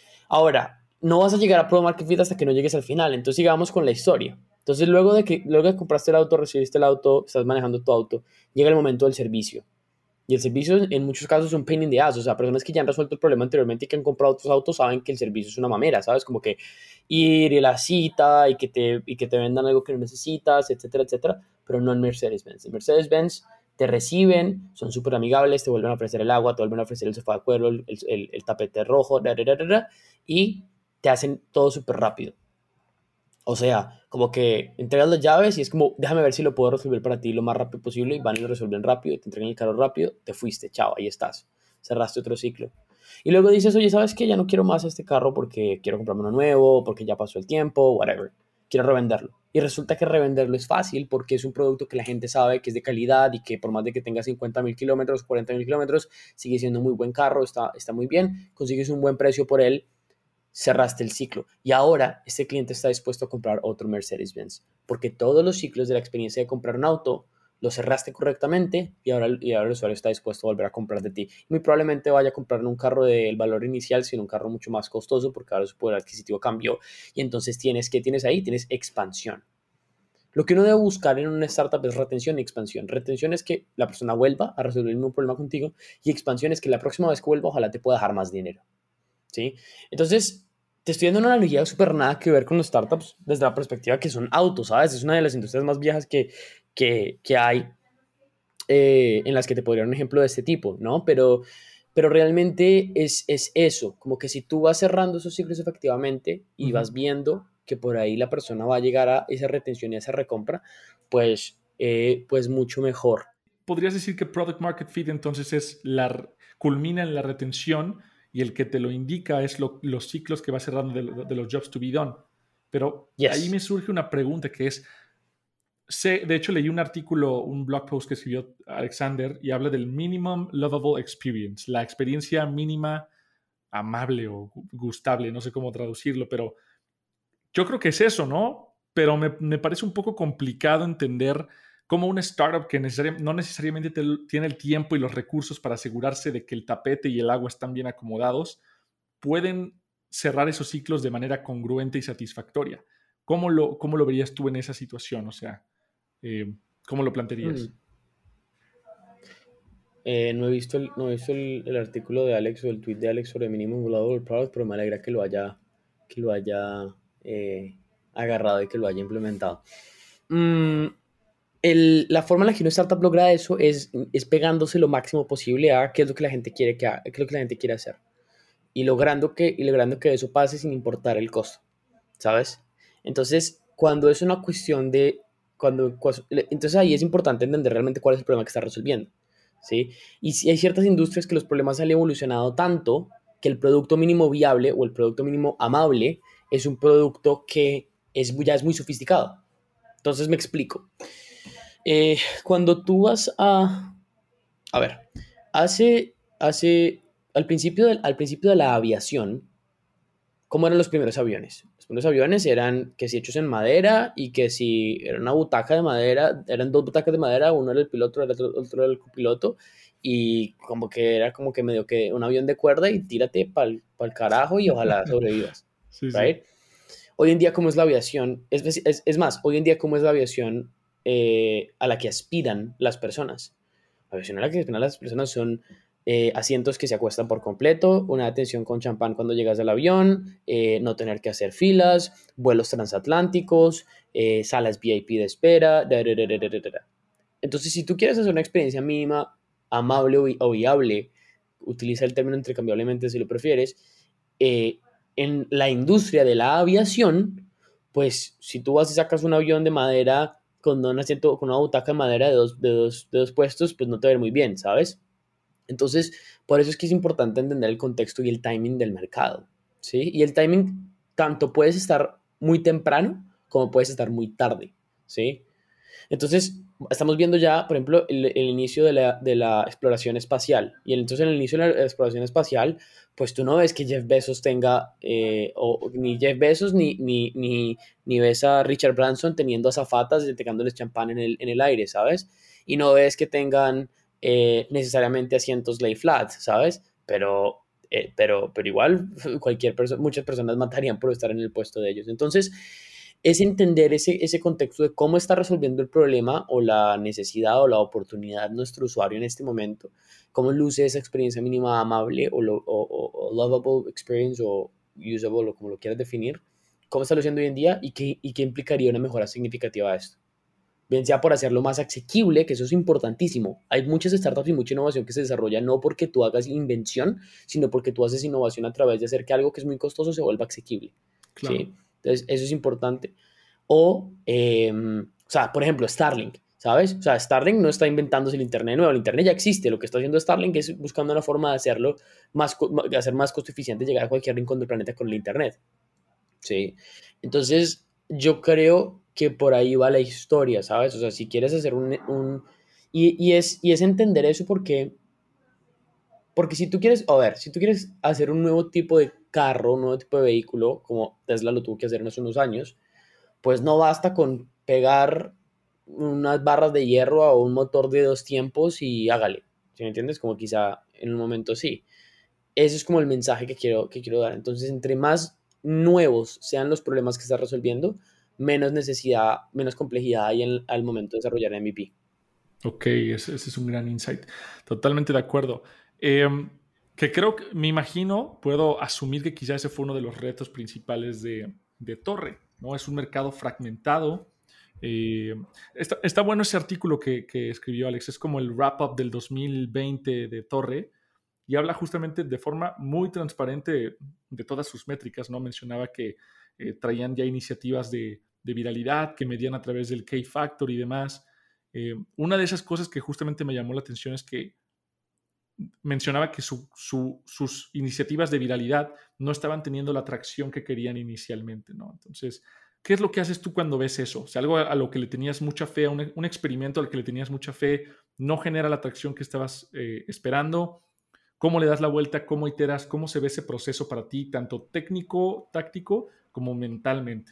Ahora, no vas a llegar a Product Market Fit hasta que no llegues al final. Entonces sigamos con la historia. Entonces, luego de que luego de que compraste el auto, recibiste el auto, estás manejando tu auto, llega el momento del servicio. Y el servicio en muchos casos es un pain in the ass. O sea, personas que ya han resuelto el problema anteriormente y que han comprado otros autos saben que el servicio es una mamera, ¿sabes? Como que ir y la cita y que te, y que te vendan algo que no necesitas, etcétera, etcétera. Pero no en Mercedes-Benz. En Mercedes-Benz te reciben, son súper amigables, te vuelven a ofrecer el agua, te vuelven a ofrecer el sofá de cuero, el, el, el tapete rojo, da, da, da, da, y te hacen todo súper rápido. O sea, como que entregas las llaves y es como, déjame ver si lo puedo resolver para ti lo más rápido posible y van y lo resuelven rápido y te entregan el carro rápido, te fuiste, chao, ahí estás. cerraste otro ciclo. Y luego dices, oye, ¿sabes qué? Ya no quiero más este carro porque quiero comprarme uno nuevo, porque ya pasó el tiempo, whatever. Quiero revenderlo. Y resulta que revenderlo es fácil porque es un producto que la gente sabe que es de calidad y que por más de que tenga cincuenta mil kilómetros, cuarenta mil kilómetros, sigue siendo un muy buen carro, está, está muy bien, consigues un buen precio por él, cerraste el ciclo. Y ahora este cliente está dispuesto a comprar otro Mercedes-Benz porque todos los ciclos de la experiencia de comprar un auto lo cerraste correctamente y ahora, y ahora el usuario está dispuesto a volver a comprar de ti. Muy probablemente vaya a comprar no un carro del valor inicial, sino un carro mucho más costoso porque ahora su poder adquisitivo cambió y entonces tienes, ¿qué tienes ahí? Tienes expansión. Lo que uno debe buscar en una startup es retención y expansión. Retención es que la persona vuelva a resolver el mismo problema contigo y expansión es que la próxima vez que vuelva ojalá te pueda dejar más dinero, ¿sí? Entonces, te estoy dando una analogía súper nada que ver con los startups desde la perspectiva que son autos, ¿sabes? Es una de las industrias más viejas que, que, que hay eh, en las que te podría dar un ejemplo de este tipo, ¿no? Pero, pero realmente es, es eso, como que si tú vas cerrando esos ciclos efectivamente y uh-huh. vas viendo que por ahí la persona va a llegar a esa retención y a esa recompra, pues, eh, pues mucho mejor. ¿Podrías decir que Product Market Fit entonces es la, culmina en la retención y el que te lo indica es lo, los ciclos que va cerrando de, de los jobs to be done? Pero yes. ahí me surge una pregunta que es, sé, de hecho leí un artículo, un blog post que escribió Alexander y habla del minimum lovable experience, la experiencia mínima amable o gustable, no sé cómo traducirlo, pero yo creo que es eso, ¿no? Pero me, me parece un poco complicado entender cómo una startup que necesari- no necesariamente te, tiene el tiempo y los recursos para asegurarse de que el tapete y el agua están bien acomodados, pueden cerrar esos ciclos de manera congruente y satisfactoria. ¿Cómo lo, cómo lo verías tú en esa situación? O sea, eh, ¿cómo lo plantearías? Mm. Eh, no he visto, el, no he visto el, el artículo de Alex o el tweet de Alex sobre Minimum Viable Product, pero me alegra que lo haya, que lo haya eh, agarrado y que lo haya implementado. Mm, el, la forma en la que una startup logra eso es, es pegándose lo máximo posible a qué es lo que la gente quiere que haga, qué es lo que la gente quiere hacer y logrando que, y logrando que eso pase sin importar el costo, ¿sabes? Entonces, cuando es una cuestión de, cuando, entonces ahí es importante entender realmente cuál es el problema que está resolviendo, ¿sí? Y si hay ciertas industrias que los problemas han evolucionado tanto que el producto mínimo viable o el producto mínimo amable es un producto que es, ya es muy sofisticado. Entonces me explico. Eh, cuando tú vas a... A ver, hace... hace al, principio de, al principio de la aviación, ¿cómo eran los primeros aviones? Los primeros aviones eran que si hechos en madera y que si era una butaca de madera, eran dos butacas de madera, uno era el piloto, el otro, otro era el copiloto, y como que era como que medio que un avión de cuerda y tírate pa'l, pa'l carajo y ojalá sobrevivas, sí, right? Sí. Hoy en día, ¿cómo es la aviación? Es, es, es más, hoy en día, ¿cómo es la aviación eh, a la que aspiran las personas? La aviación a la que aspiran las personas son eh, asientos que se acuestan por completo, una atención con champán cuando llegas al avión, eh, no tener que hacer filas, vuelos transatlánticos, eh, salas V I P de espera, da, da, da, da, da, da. Entonces, si tú quieres hacer una experiencia mínima, amable o, o viable, utiliza el término intercambiablemente si lo prefieres, eh, en la industria de la aviación, pues si tú vas y sacas un avión de madera con un asiento, con una butaca de madera de dos, de dos, de dos puestos, pues no te va a ver muy bien, ¿sabes? Entonces, por eso es que es importante entender el contexto y el timing del mercado, ¿sí? Y el timing, tanto puedes estar muy temprano como puedes estar muy tarde, ¿sí? Entonces, estamos viendo ya, por ejemplo, el, el inicio de la, de la exploración espacial. Y entonces, en el inicio de la exploración espacial, pues tú no ves que Jeff Bezos tenga, eh, o ni Jeff Bezos, ni, ni, ni, ni ves a Richard Branson teniendo azafatas y entregándoles champán en el, en el aire, ¿sabes? Y no ves que tengan eh, necesariamente asientos lay flat, ¿sabes? Pero, eh, pero, pero igual, cualquier persona, muchas personas matarían por estar en el puesto de ellos. Entonces, es entender ese, ese contexto de cómo está resolviendo el problema o la necesidad o la oportunidad nuestro usuario en este momento, cómo luce esa experiencia mínima amable o, lo, o, o, o lovable experience o usable o como lo quieras definir, cómo está luciendo hoy en día y qué, y qué implicaría una mejora significativa a esto. Bien sea por hacerlo más asequible, que eso es importantísimo. Hay muchas startups y mucha innovación que se desarrolla no porque tú hagas invención, sino porque tú haces innovación a través de hacer que algo que es muy costoso se vuelva asequible. Claro. ¿Sí? Entonces, eso es importante. O, eh, o sea, por ejemplo, Starlink. ¿sabes? O sea, Starlink no está inventándose el Internet nuevo, el Internet ya existe, lo que está haciendo Starlink es buscando una forma de hacerlo más, de hacer más costo eficiente llegar a cualquier rincón del planeta con el Internet, ¿sí? Entonces, yo creo que por ahí va la historia, ¿sabes? O sea, si quieres hacer un... un y, y, es, y es entender eso porque, porque si tú quieres, a ver, si tú quieres hacer un nuevo tipo de carro, un nuevo tipo de vehículo, como Tesla lo tuvo que hacer en hace unos años, pues no basta con pegar unas barras de hierro a un motor de dos tiempos y hágale, ¿sí me entiendes? Como quizá en un momento sí. Ese es como el mensaje que quiero, que quiero dar. Entonces, entre más nuevos sean los problemas que estás resolviendo, menos necesidad, menos complejidad hay en, al momento de desarrollar M V P. Ok, ese, ese es un gran insight. Totalmente de acuerdo. Eh, que creo que, me imagino, puedo asumir que quizá ese fue uno de los retos principales de, de Torre, ¿no? Es un mercado fragmentado. Eh, está, está bueno ese artículo que, que escribió Alex, es como el wrap-up del dos mil veinte de Torre y habla justamente de forma muy transparente de todas sus métricas, ¿no? Mencionaba que eh, traían ya iniciativas de, de viralidad que medían a través del K-Factor y demás. Eh, una de esas cosas que justamente me llamó la atención es que mencionaba que su, su, sus iniciativas de viralidad no estaban teniendo la atracción que querían inicialmente, ¿no? Entonces, ¿qué es lo que haces tú cuando ves eso? O sea, algo a, a lo que le tenías mucha fe, a un, un, experimento al que le tenías mucha fe, no genera la atracción que estabas eh, esperando. ¿Cómo le das la vuelta? ¿Cómo iteras? ¿Cómo se ve ese proceso para ti, tanto técnico, táctico, como mentalmente?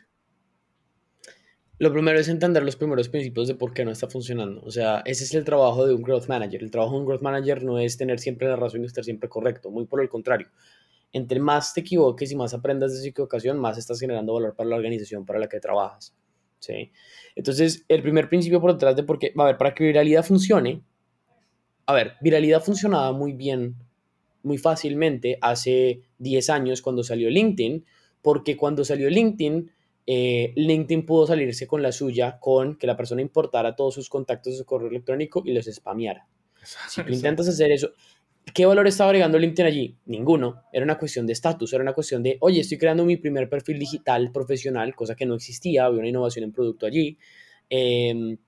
Lo primero es entender los primeros principios de por qué no está funcionando. O sea, ese es el trabajo de un growth manager. El trabajo de un growth manager no es tener siempre la razón y estar siempre correcto. Muy por el contrario. Entre más te equivoques y más aprendas de esa equivocación, más estás generando valor para la organización para la que trabajas. ¿Sí? Entonces, el primer principio por detrás de por qué, a ver, para que viralidad funcione, a ver, viralidad funcionaba muy bien, muy fácilmente hace diez años cuando salió LinkedIn, porque cuando salió LinkedIn, eh, LinkedIn pudo salirse con la suya con que la persona importara todos sus contactos de su correo electrónico y los spameara. Si tú intentas Exacto. hacer eso, ¿qué valor estaba agregando LinkedIn allí? Ninguno. Era una cuestión de estatus, era una cuestión de, oye, estoy creando mi primer perfil digital profesional, cosa que no existía, había una innovación en producto allí. Eh,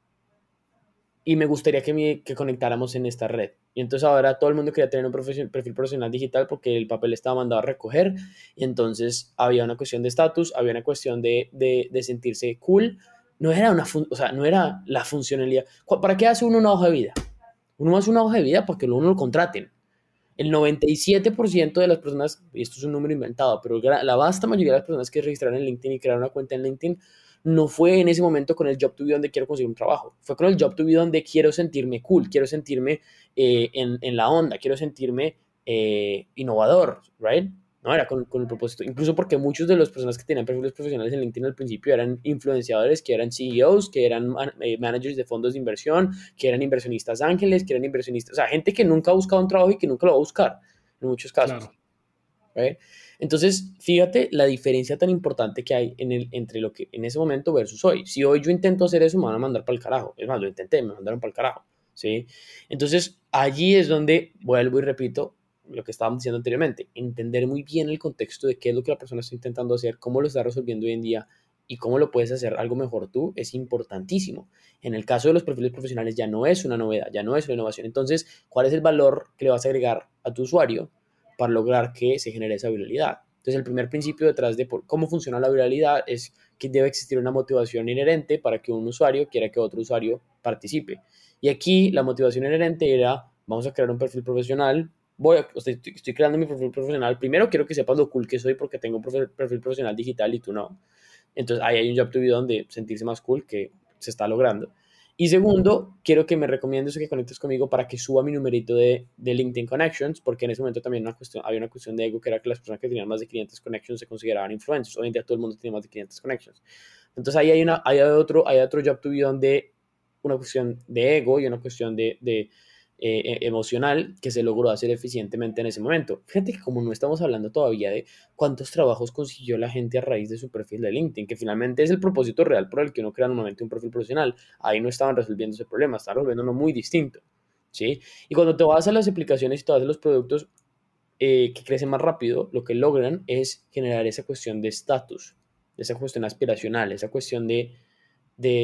y me gustaría que, me, que conectáramos en esta red. Y entonces ahora todo el mundo quería tener un perfil profesional digital porque el papel estaba mandado a recoger. Y entonces había una cuestión de estatus, había una cuestión de, de, de sentirse cool. No era, una o sea, no era la funcionalidad. ¿Para qué hace uno una hoja de vida? Uno hace una hoja de vida para que uno lo contraten. El noventa y siete por ciento de las personas, y esto es un número inventado, pero la vasta mayoría de las personas que registraron en LinkedIn y crearon una cuenta en LinkedIn no fue en ese momento con el job to be donde quiero conseguir un trabajo, fue con el job to be donde quiero sentirme cool, quiero sentirme eh, en, en, la onda, quiero sentirme eh, innovador, right? No, era con, con, el propósito, incluso porque muchos de las personas que tenían perfiles profesionales en LinkedIn al principio eran influenciadores, que eran C E Os, que eran man, eh, managers de fondos de inversión, que eran inversionistas ángeles, que eran inversionistas, o sea, gente que nunca ha buscado un trabajo y que nunca lo va a buscar, en muchos casos. Claro. ¿Right? Entonces, fíjate la diferencia tan importante que hay en el, entre lo que en ese momento versus hoy. Si hoy yo intento hacer eso, me van a mandar para el carajo. Es más, lo intenté, me mandaron para el carajo. ¿Sí? Entonces, allí es donde vuelvo y repito lo que estábamos diciendo anteriormente, entender muy bien el contexto de qué es lo que la persona está intentando hacer, cómo lo está resolviendo hoy en día y cómo lo puedes hacer algo mejor tú, es importantísimo. En el caso de los perfiles profesionales ya no es una novedad, ya no es una innovación. Entonces, ¿cuál es el valor que le vas a agregar a tu usuario para lograr que se genere esa viralidad? Entonces, el primer principio detrás de por cómo funciona la viralidad es que debe existir una motivación inherente para que un usuario quiera que otro usuario participe. Y aquí la motivación inherente era, vamos a crear un perfil profesional, voy a, estoy, estoy creando mi perfil profesional, primero quiero que sepas lo cool que soy porque tengo un perfil, perfil profesional digital y tú no. Entonces ahí hay un job to be donde sentirse más cool que se está logrando. Y segundo, quiero que me recomiendes o que conectes conmigo para que suba mi numerito de, de LinkedIn Connections, porque en ese momento también una cuestión, había una cuestión de ego, que era que las personas que tenían más de quinientos connections se consideraban influencers. Hoy en día todo el mundo tiene más de quinientos connections. Entonces ahí hay, una, hay, otro, hay otro job to be donde una cuestión de ego y una cuestión de, de eh, emocional que se logró hacer eficientemente en ese momento. Fíjate que como no estamos hablando todavía de cuántos trabajos consiguió la gente a raíz de su perfil de LinkedIn, que finalmente es el propósito real por el que uno crea normalmente un perfil profesional, ahí no estaban resolviendo ese problema, estaban resolviendo uno muy distinto, ¿sí? Y cuando te vas a las aplicaciones y te vas a los productos eh, que crecen más rápido, lo que logran es generar esa cuestión de estatus, esa cuestión aspiracional, esa cuestión de, de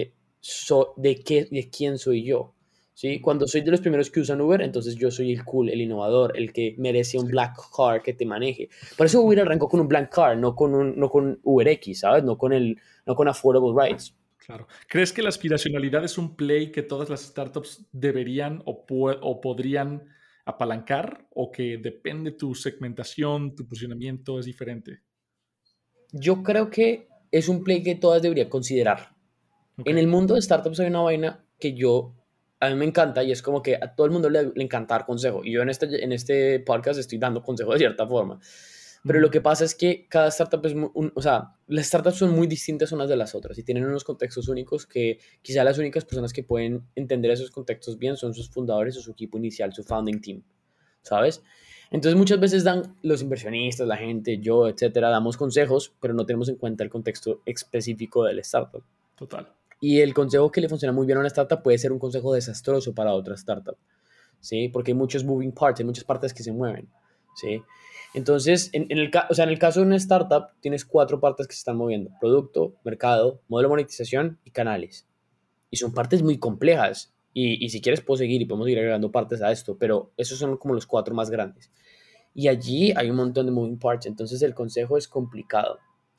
so, de, qué, de quién soy yo. ¿Sí? Cuando soy de los primeros que usan Uber, entonces yo soy el cool, el innovador, el que merece un Sí. black car que te maneje. Por eso Uber arrancó con un black car, no con, un, no con UberX, ¿sabes? No con, el, no con Affordable Rides. Claro. ¿Crees que la aspiracionalidad es un play que todas las startups deberían o, pu- o podrían apalancar, o que depende tu segmentación, tu posicionamiento es diferente? Yo creo que es un play que todas deberían considerar. Ok. En el mundo de startups hay una vaina que yo, a mí me encanta y es como que a todo el mundo le, le encanta dar consejo. Y yo en este, en este podcast estoy dando consejo de cierta forma. Pero lo Ujú. que pasa es que cada startup es muy, un, o sea, las startups son muy distintas unas de las otras y tienen unos contextos únicos que quizá las únicas personas que pueden entender esos contextos bien son sus fundadores o su equipo inicial, su founding team, ¿sabes? Entonces muchas veces dan los inversionistas, la gente, yo, etcétera, damos consejos, pero no tenemos en cuenta el contexto específico del startup. Total. Y el consejo que le funciona muy bien a una startup puede ser un consejo desastroso para otra startup, ¿sí? Porque hay muchos moving parts, hay muchas partes que se mueven, ¿sí? Entonces, en, en el, o sea, en el caso de una startup, tienes cuatro partes que se están moviendo: producto, mercado, modelo de monetización y canales. Y son partes muy complejas. Y, y si quieres puedo seguir y podemos ir agregando partes a esto, pero esos son como los cuatro más grandes. Y allí hay un montón de moving parts, entonces el consejo es complicado.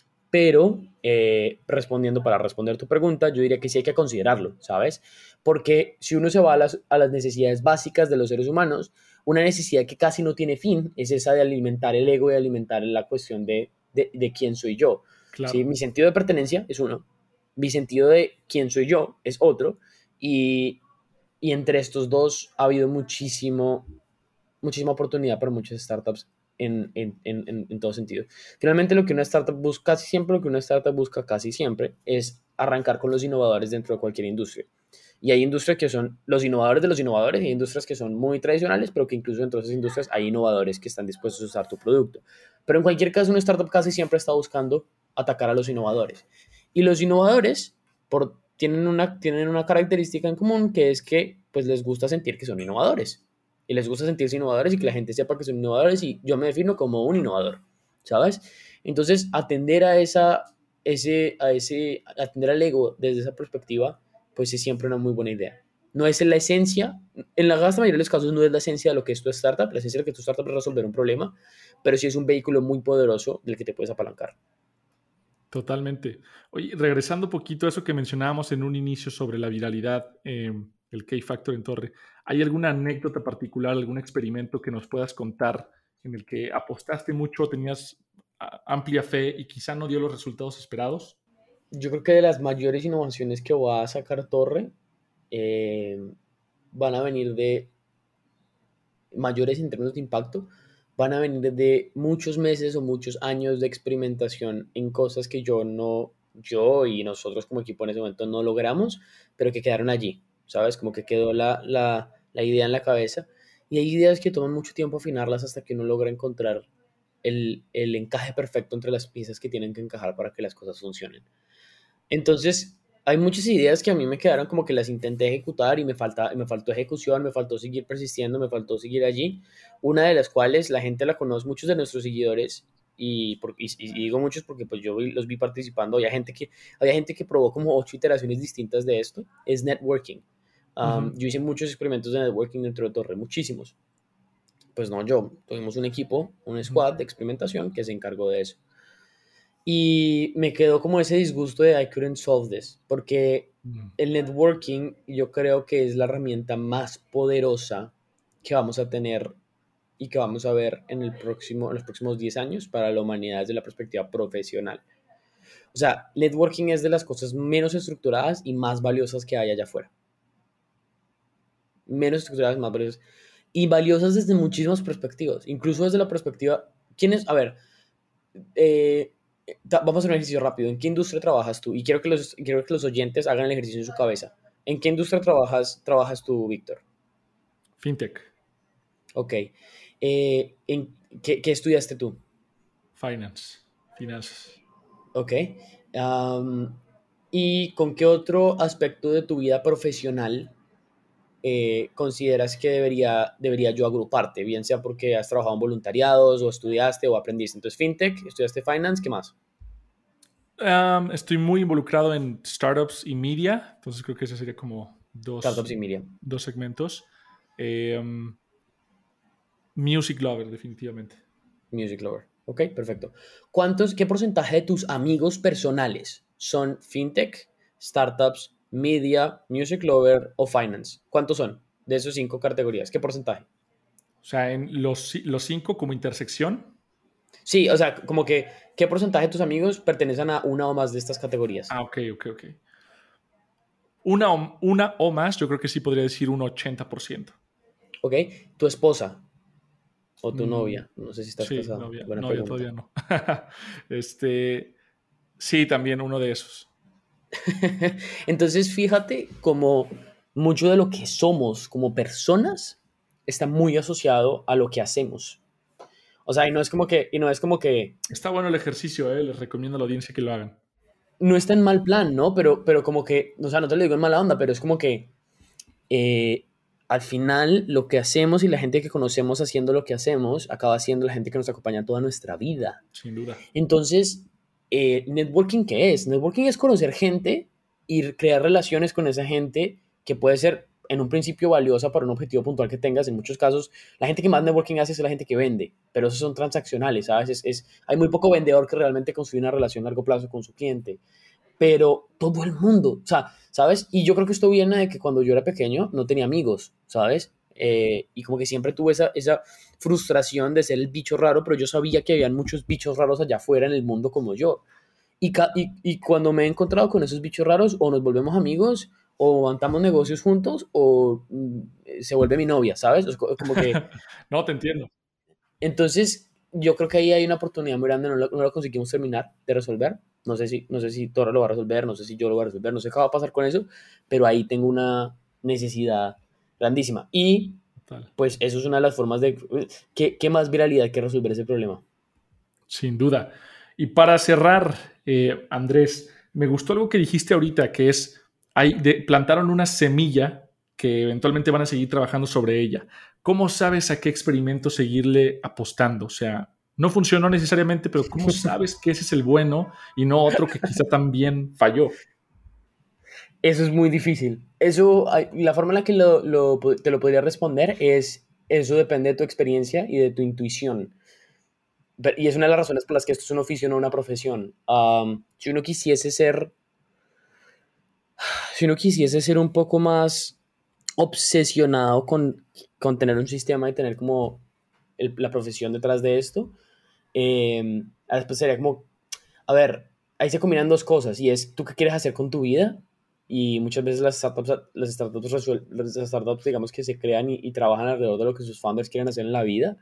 Pero eh, respondiendo para responder tu pregunta, yo diría que sí hay que considerarlo, ¿sabes? Porque si uno se va a las, a las necesidades básicas de los seres humanos, una necesidad que casi no tiene fin es esa de alimentar el ego y alimentar la cuestión de, de, de quién soy yo. ¿Sí? Claro. Mi sentido de pertenencia es uno, mi sentido de quién soy yo es otro, y, y entre estos dos ha habido muchísimo, muchísima oportunidad para muchas startups en, en, en, en todo sentido. Finalmente, lo que una startup busca, casi siempre lo que una startup busca casi siempre es arrancar con los innovadores dentro de cualquier industria. Y hay industrias que son los innovadores de los innovadores, y hay industrias que son muy tradicionales, pero que incluso dentro de esas industrias hay innovadores que están dispuestos a usar tu producto. Pero en cualquier caso, una startup casi siempre está buscando atacar a los innovadores. Y los innovadores por, tienen, una, tienen una característica en común, que es que pues, les gusta sentir que son innovadores. Y les gusta sentirse innovadores y que la gente sepa que son innovadores, y yo me defino como un innovador, ¿sabes? Entonces, atender a esa, ese, a ese, atender al ego desde esa perspectiva, pues es siempre una muy buena idea. No es la esencia, en la gran mayoría de los casos no es la esencia de lo que es tu startup, la esencia de lo que tu startup es resolver un problema, pero sí es un vehículo muy poderoso del que te puedes apalancar. Totalmente. Oye, regresando un poquito a eso que mencionábamos en un inicio sobre la viralidad, eh, el K-Factor en Torre, ¿hay alguna anécdota particular, algún experimento que nos puedas contar en el que apostaste mucho, tenías a, amplia fe y quizá no dio los resultados esperados? Yo creo que de las mayores innovaciones que va a sacar Torre eh, van a venir de mayores en términos de impacto, van a venir de muchos meses o muchos años de experimentación en cosas que yo no, yo y nosotros como equipo en ese momento no logramos, pero que quedaron allí, ¿sabes? Como que quedó la, la, la idea en la cabeza. Y hay ideas que toman mucho tiempo afinarlas hasta que uno logra encontrar el, el encaje perfecto entre las piezas que tienen que encajar para que las cosas funcionen. Entonces, hay muchas ideas que a mí me quedaron como que las intenté ejecutar y me falta, me faltó ejecución, me faltó seguir persistiendo, me faltó seguir allí. Una de las cuales la gente la conoce, muchos de nuestros seguidores, y, por, y, y digo muchos porque pues yo vi, los vi participando. Había gente, que, había gente que probó como ocho iteraciones distintas de esto. Es networking. Um, Ujú. yo hice muchos experimentos de networking dentro de Torre, muchísimos. Pues no, yo, tuvimos un equipo, un Ujú. squad de experimentación que se encargó de eso. Y me quedó como ese disgusto de I couldn't solve this, porque Mm. el networking yo creo que es la herramienta más poderosa que vamos a tener y que vamos a ver en, el próximo, en los próximos diez años para la humanidad desde la perspectiva profesional. O sea, networking es de las cosas menos estructuradas y más valiosas que hay allá afuera. Menos estructuradas, más valiosas. Y valiosas desde muchísimas perspectivas, incluso desde la perspectiva, ¿quién es? A ver, eh, vamos a hacer un ejercicio rápido. ¿En qué industria trabajas tú? Y quiero que los, quiero que los oyentes hagan el ejercicio en su cabeza. ¿En qué industria trabajas, trabajas tú, Víctor? Fintech, Ok. Eh, ¿en qué, qué estudiaste tú? finance, finanzas. Ok. Um, ¿Y con qué otro aspecto de tu vida profesional eh, consideras que debería, debería yo agruparte? Bien sea porque has trabajado en voluntariados o estudiaste o aprendiste. Entonces, fintech, estudiaste finance, ¿qué más? Um, estoy muy involucrado en startups y media, entonces creo que ese sería como dos, Startups y media. dos segmentos. Eh, um, music lover, definitivamente. Music lover. Ok, perfecto. ¿Cuántos, qué porcentaje de tus amigos personales son fintech, startups, media, music lover o finance? ¿Cuántos son de esos cinco categorías? ¿Qué porcentaje? O sea, en los, los cinco como intersección. Sí, o sea, como que, ¿qué porcentaje de tus amigos pertenecen a una o más de estas categorías? Ah, ok, ok, ok. Una o, una o más, yo creo que sí podría decir un ochenta por ciento. Ok, tu esposa o tu Mm, novia, no sé si estás sí, casado, novia, buena novia pregunta. todavía no. este, sí, también uno de esos. Entonces, fíjate como mucho de lo que somos como personas está muy asociado a lo que hacemos. O sea, y no es como que, y no es como que, Está bueno el ejercicio, ¿eh? Les recomiendo a la audiencia que lo hagan. no está en mal plan, ¿no? Pero, pero como que, o sea, no te lo digo en mala onda, pero es como que eh, al final lo que hacemos y la gente que conocemos haciendo lo que hacemos acaba siendo la gente que nos acompaña toda nuestra vida. Sin duda. Entonces, eh, ¿networking qué es? Networking es conocer gente y crear relaciones con esa gente que puede ser en un principio valiosa para un objetivo puntual que tengas. En muchos casos, la gente que más networking hace es la gente que vende, pero esos son transaccionales, ¿sabes? Es, es, hay muy poco vendedor que realmente construye una relación a largo plazo con su cliente, pero todo el mundo, o sea, ¿sabes? Y yo creo que esto viene de que cuando yo era pequeño no tenía amigos, ¿sabes? Eh, y como que siempre tuve esa, esa frustración de ser el bicho raro, pero yo sabía que habían muchos bichos raros allá afuera en el mundo como yo. Y, y, y cuando me he encontrado con esos bichos raros, o nos volvemos amigos, o montamos negocios juntos, o mm, se vuelve mi novia, ¿sabes? Es como que No, te entiendo. entonces, yo creo que ahí hay una oportunidad muy grande, no lo, no lo conseguimos terminar de resolver. No sé si, no sé si Toro lo va a resolver, no sé si yo lo voy a resolver, no sé qué va a pasar con eso, pero ahí tengo una necesidad grandísima. Y Total. pues eso es una de las formas de... ¿Qué, qué más viralidad que resolver ese problema? Sin duda. Y para cerrar, eh, Andrés, me gustó algo que dijiste ahorita, que es, hay de, plantaron una semilla que eventualmente van a seguir trabajando sobre ella. ¿Cómo sabes a qué experimento seguirle apostando? O sea, no funcionó necesariamente, pero ¿cómo sabes que ese es el bueno y no otro que quizá también falló? Eso es muy difícil. Eso, la forma en la que lo, lo, te lo podría responder es, eso depende de tu experiencia y de tu intuición. Y es una de las razones por las que esto es un oficio, no una profesión. Um, si uno quisiese ser, si uno quisiese ser un poco más obsesionado con, con tener un sistema y tener como el, la profesión detrás de esto, eh, después sería como, a ver, ahí se combinan dos cosas y es tú qué quieres hacer con tu vida y muchas veces las startups, las startups, las startups digamos que se crean y, y trabajan alrededor de lo que sus founders quieren hacer en la vida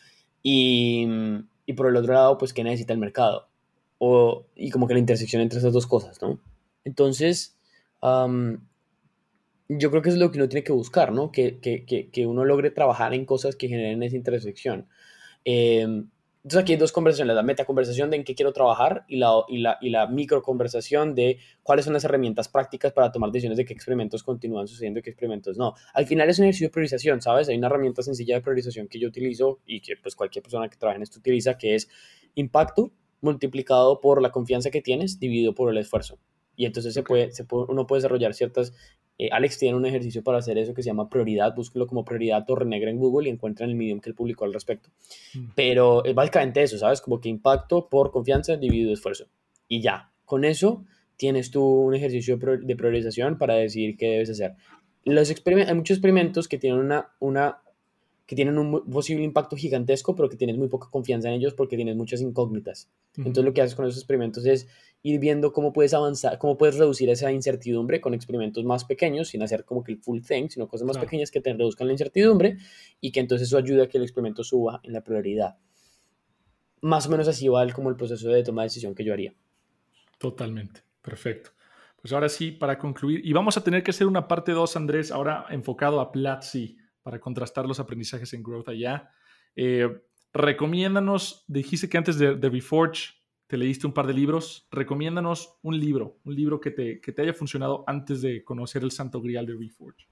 y, y por el otro lado pues qué necesita el mercado o, y como que la intersección entre esas dos cosas, ¿no? Entonces, um, yo creo que es lo que uno tiene que buscar, ¿no? Que, que, que, que uno logre trabajar en cosas que generen esa intersección. Eh, entonces aquí hay dos conversaciones, la metaconversación de en qué quiero trabajar y la, y, la, y la microconversación de cuáles son las herramientas prácticas para tomar decisiones de qué experimentos continúan sucediendo y qué experimentos no. Al final es un ejercicio de priorización, ¿sabes? Hay una herramienta sencilla de priorización que yo utilizo y que pues cualquier persona que trabaje en esto utiliza, que es impacto multiplicado por la confianza que tienes dividido por el esfuerzo. Y entonces se Okay. puede, se puede, uno puede desarrollar ciertas... Eh, Alex tiene un ejercicio para hacer eso que se llama prioridad, búsquelo como prioridad Torre Negra en Google y encuentran el medium que él publicó al respecto. Mm. Pero es básicamente eso, ¿sabes? Como que impacto por confianza dividido esfuerzo. Y ya, con eso tienes tú un ejercicio de priorización para decidir qué debes hacer. Los hay muchos experimentos que tienen una, una que tienen un posible impacto gigantesco, pero que tienes muy poca confianza en ellos porque tienes muchas incógnitas. Uh-huh. Entonces lo que haces con esos experimentos es ir viendo cómo puedes avanzar, cómo puedes reducir esa incertidumbre con experimentos más pequeños, sin hacer como que el full thing, sino cosas más claro. pequeñas que te reduzcan la incertidumbre y que entonces eso ayuda a que el experimento suba en la prioridad. Más o menos así va el, como el proceso de toma de decisión que yo haría. Totalmente, perfecto. Pues ahora sí, para concluir, y vamos a tener que hacer una parte dos, Andrés, ahora enfocado a Platzi, para contrastar los aprendizajes en Growth allá. Eh, recomiéndanos, dijiste que antes de, de Reforge te leíste un par de libros, recomiéndanos un libro, un libro que te, que te haya funcionado antes de conocer el santo grial de Reforge.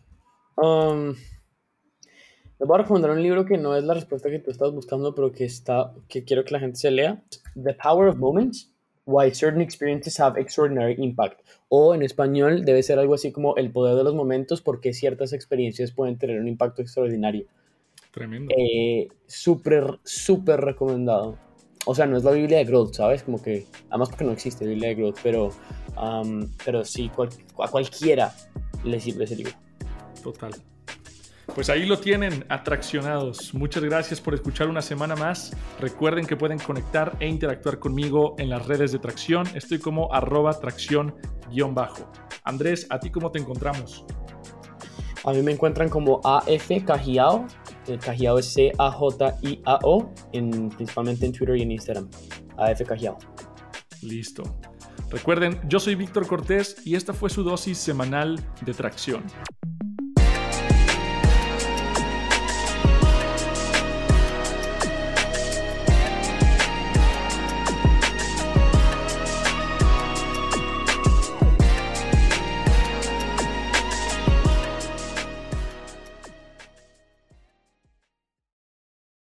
Um, les voy a recomendar un libro que no es la respuesta que tú estás buscando, pero que, está, que quiero que la gente se lea. The Power of Moments, Why certain experiences have extraordinary impact. O en español debe ser algo así como el poder de los momentos, porque ciertas experiencias pueden tener un impacto extraordinario. Tremendo. Eh, súper, súper recomendado. O sea, no es la Biblia de Growth, ¿sabes? Como que, además porque no existe Biblia de Growth, pero, um, pero sí, cual, a cualquiera le sirve ese libro. Total. Pues ahí lo tienen, atraccionados. Muchas gracias por escuchar una semana más. Recuerden que pueden conectar e interactuar conmigo en las redes de Tracción. Estoy como arroba tracción guión bajo. Andrés, ¿a ti cómo te encontramos? A mí me encuentran como A F Cajiao. El Cajiao es C A J I A O, en, principalmente en Twitter y en Instagram. A F Cajiao. Listo. Recuerden, yo soy Víctor Cortés y esta fue su dosis semanal de Tracción.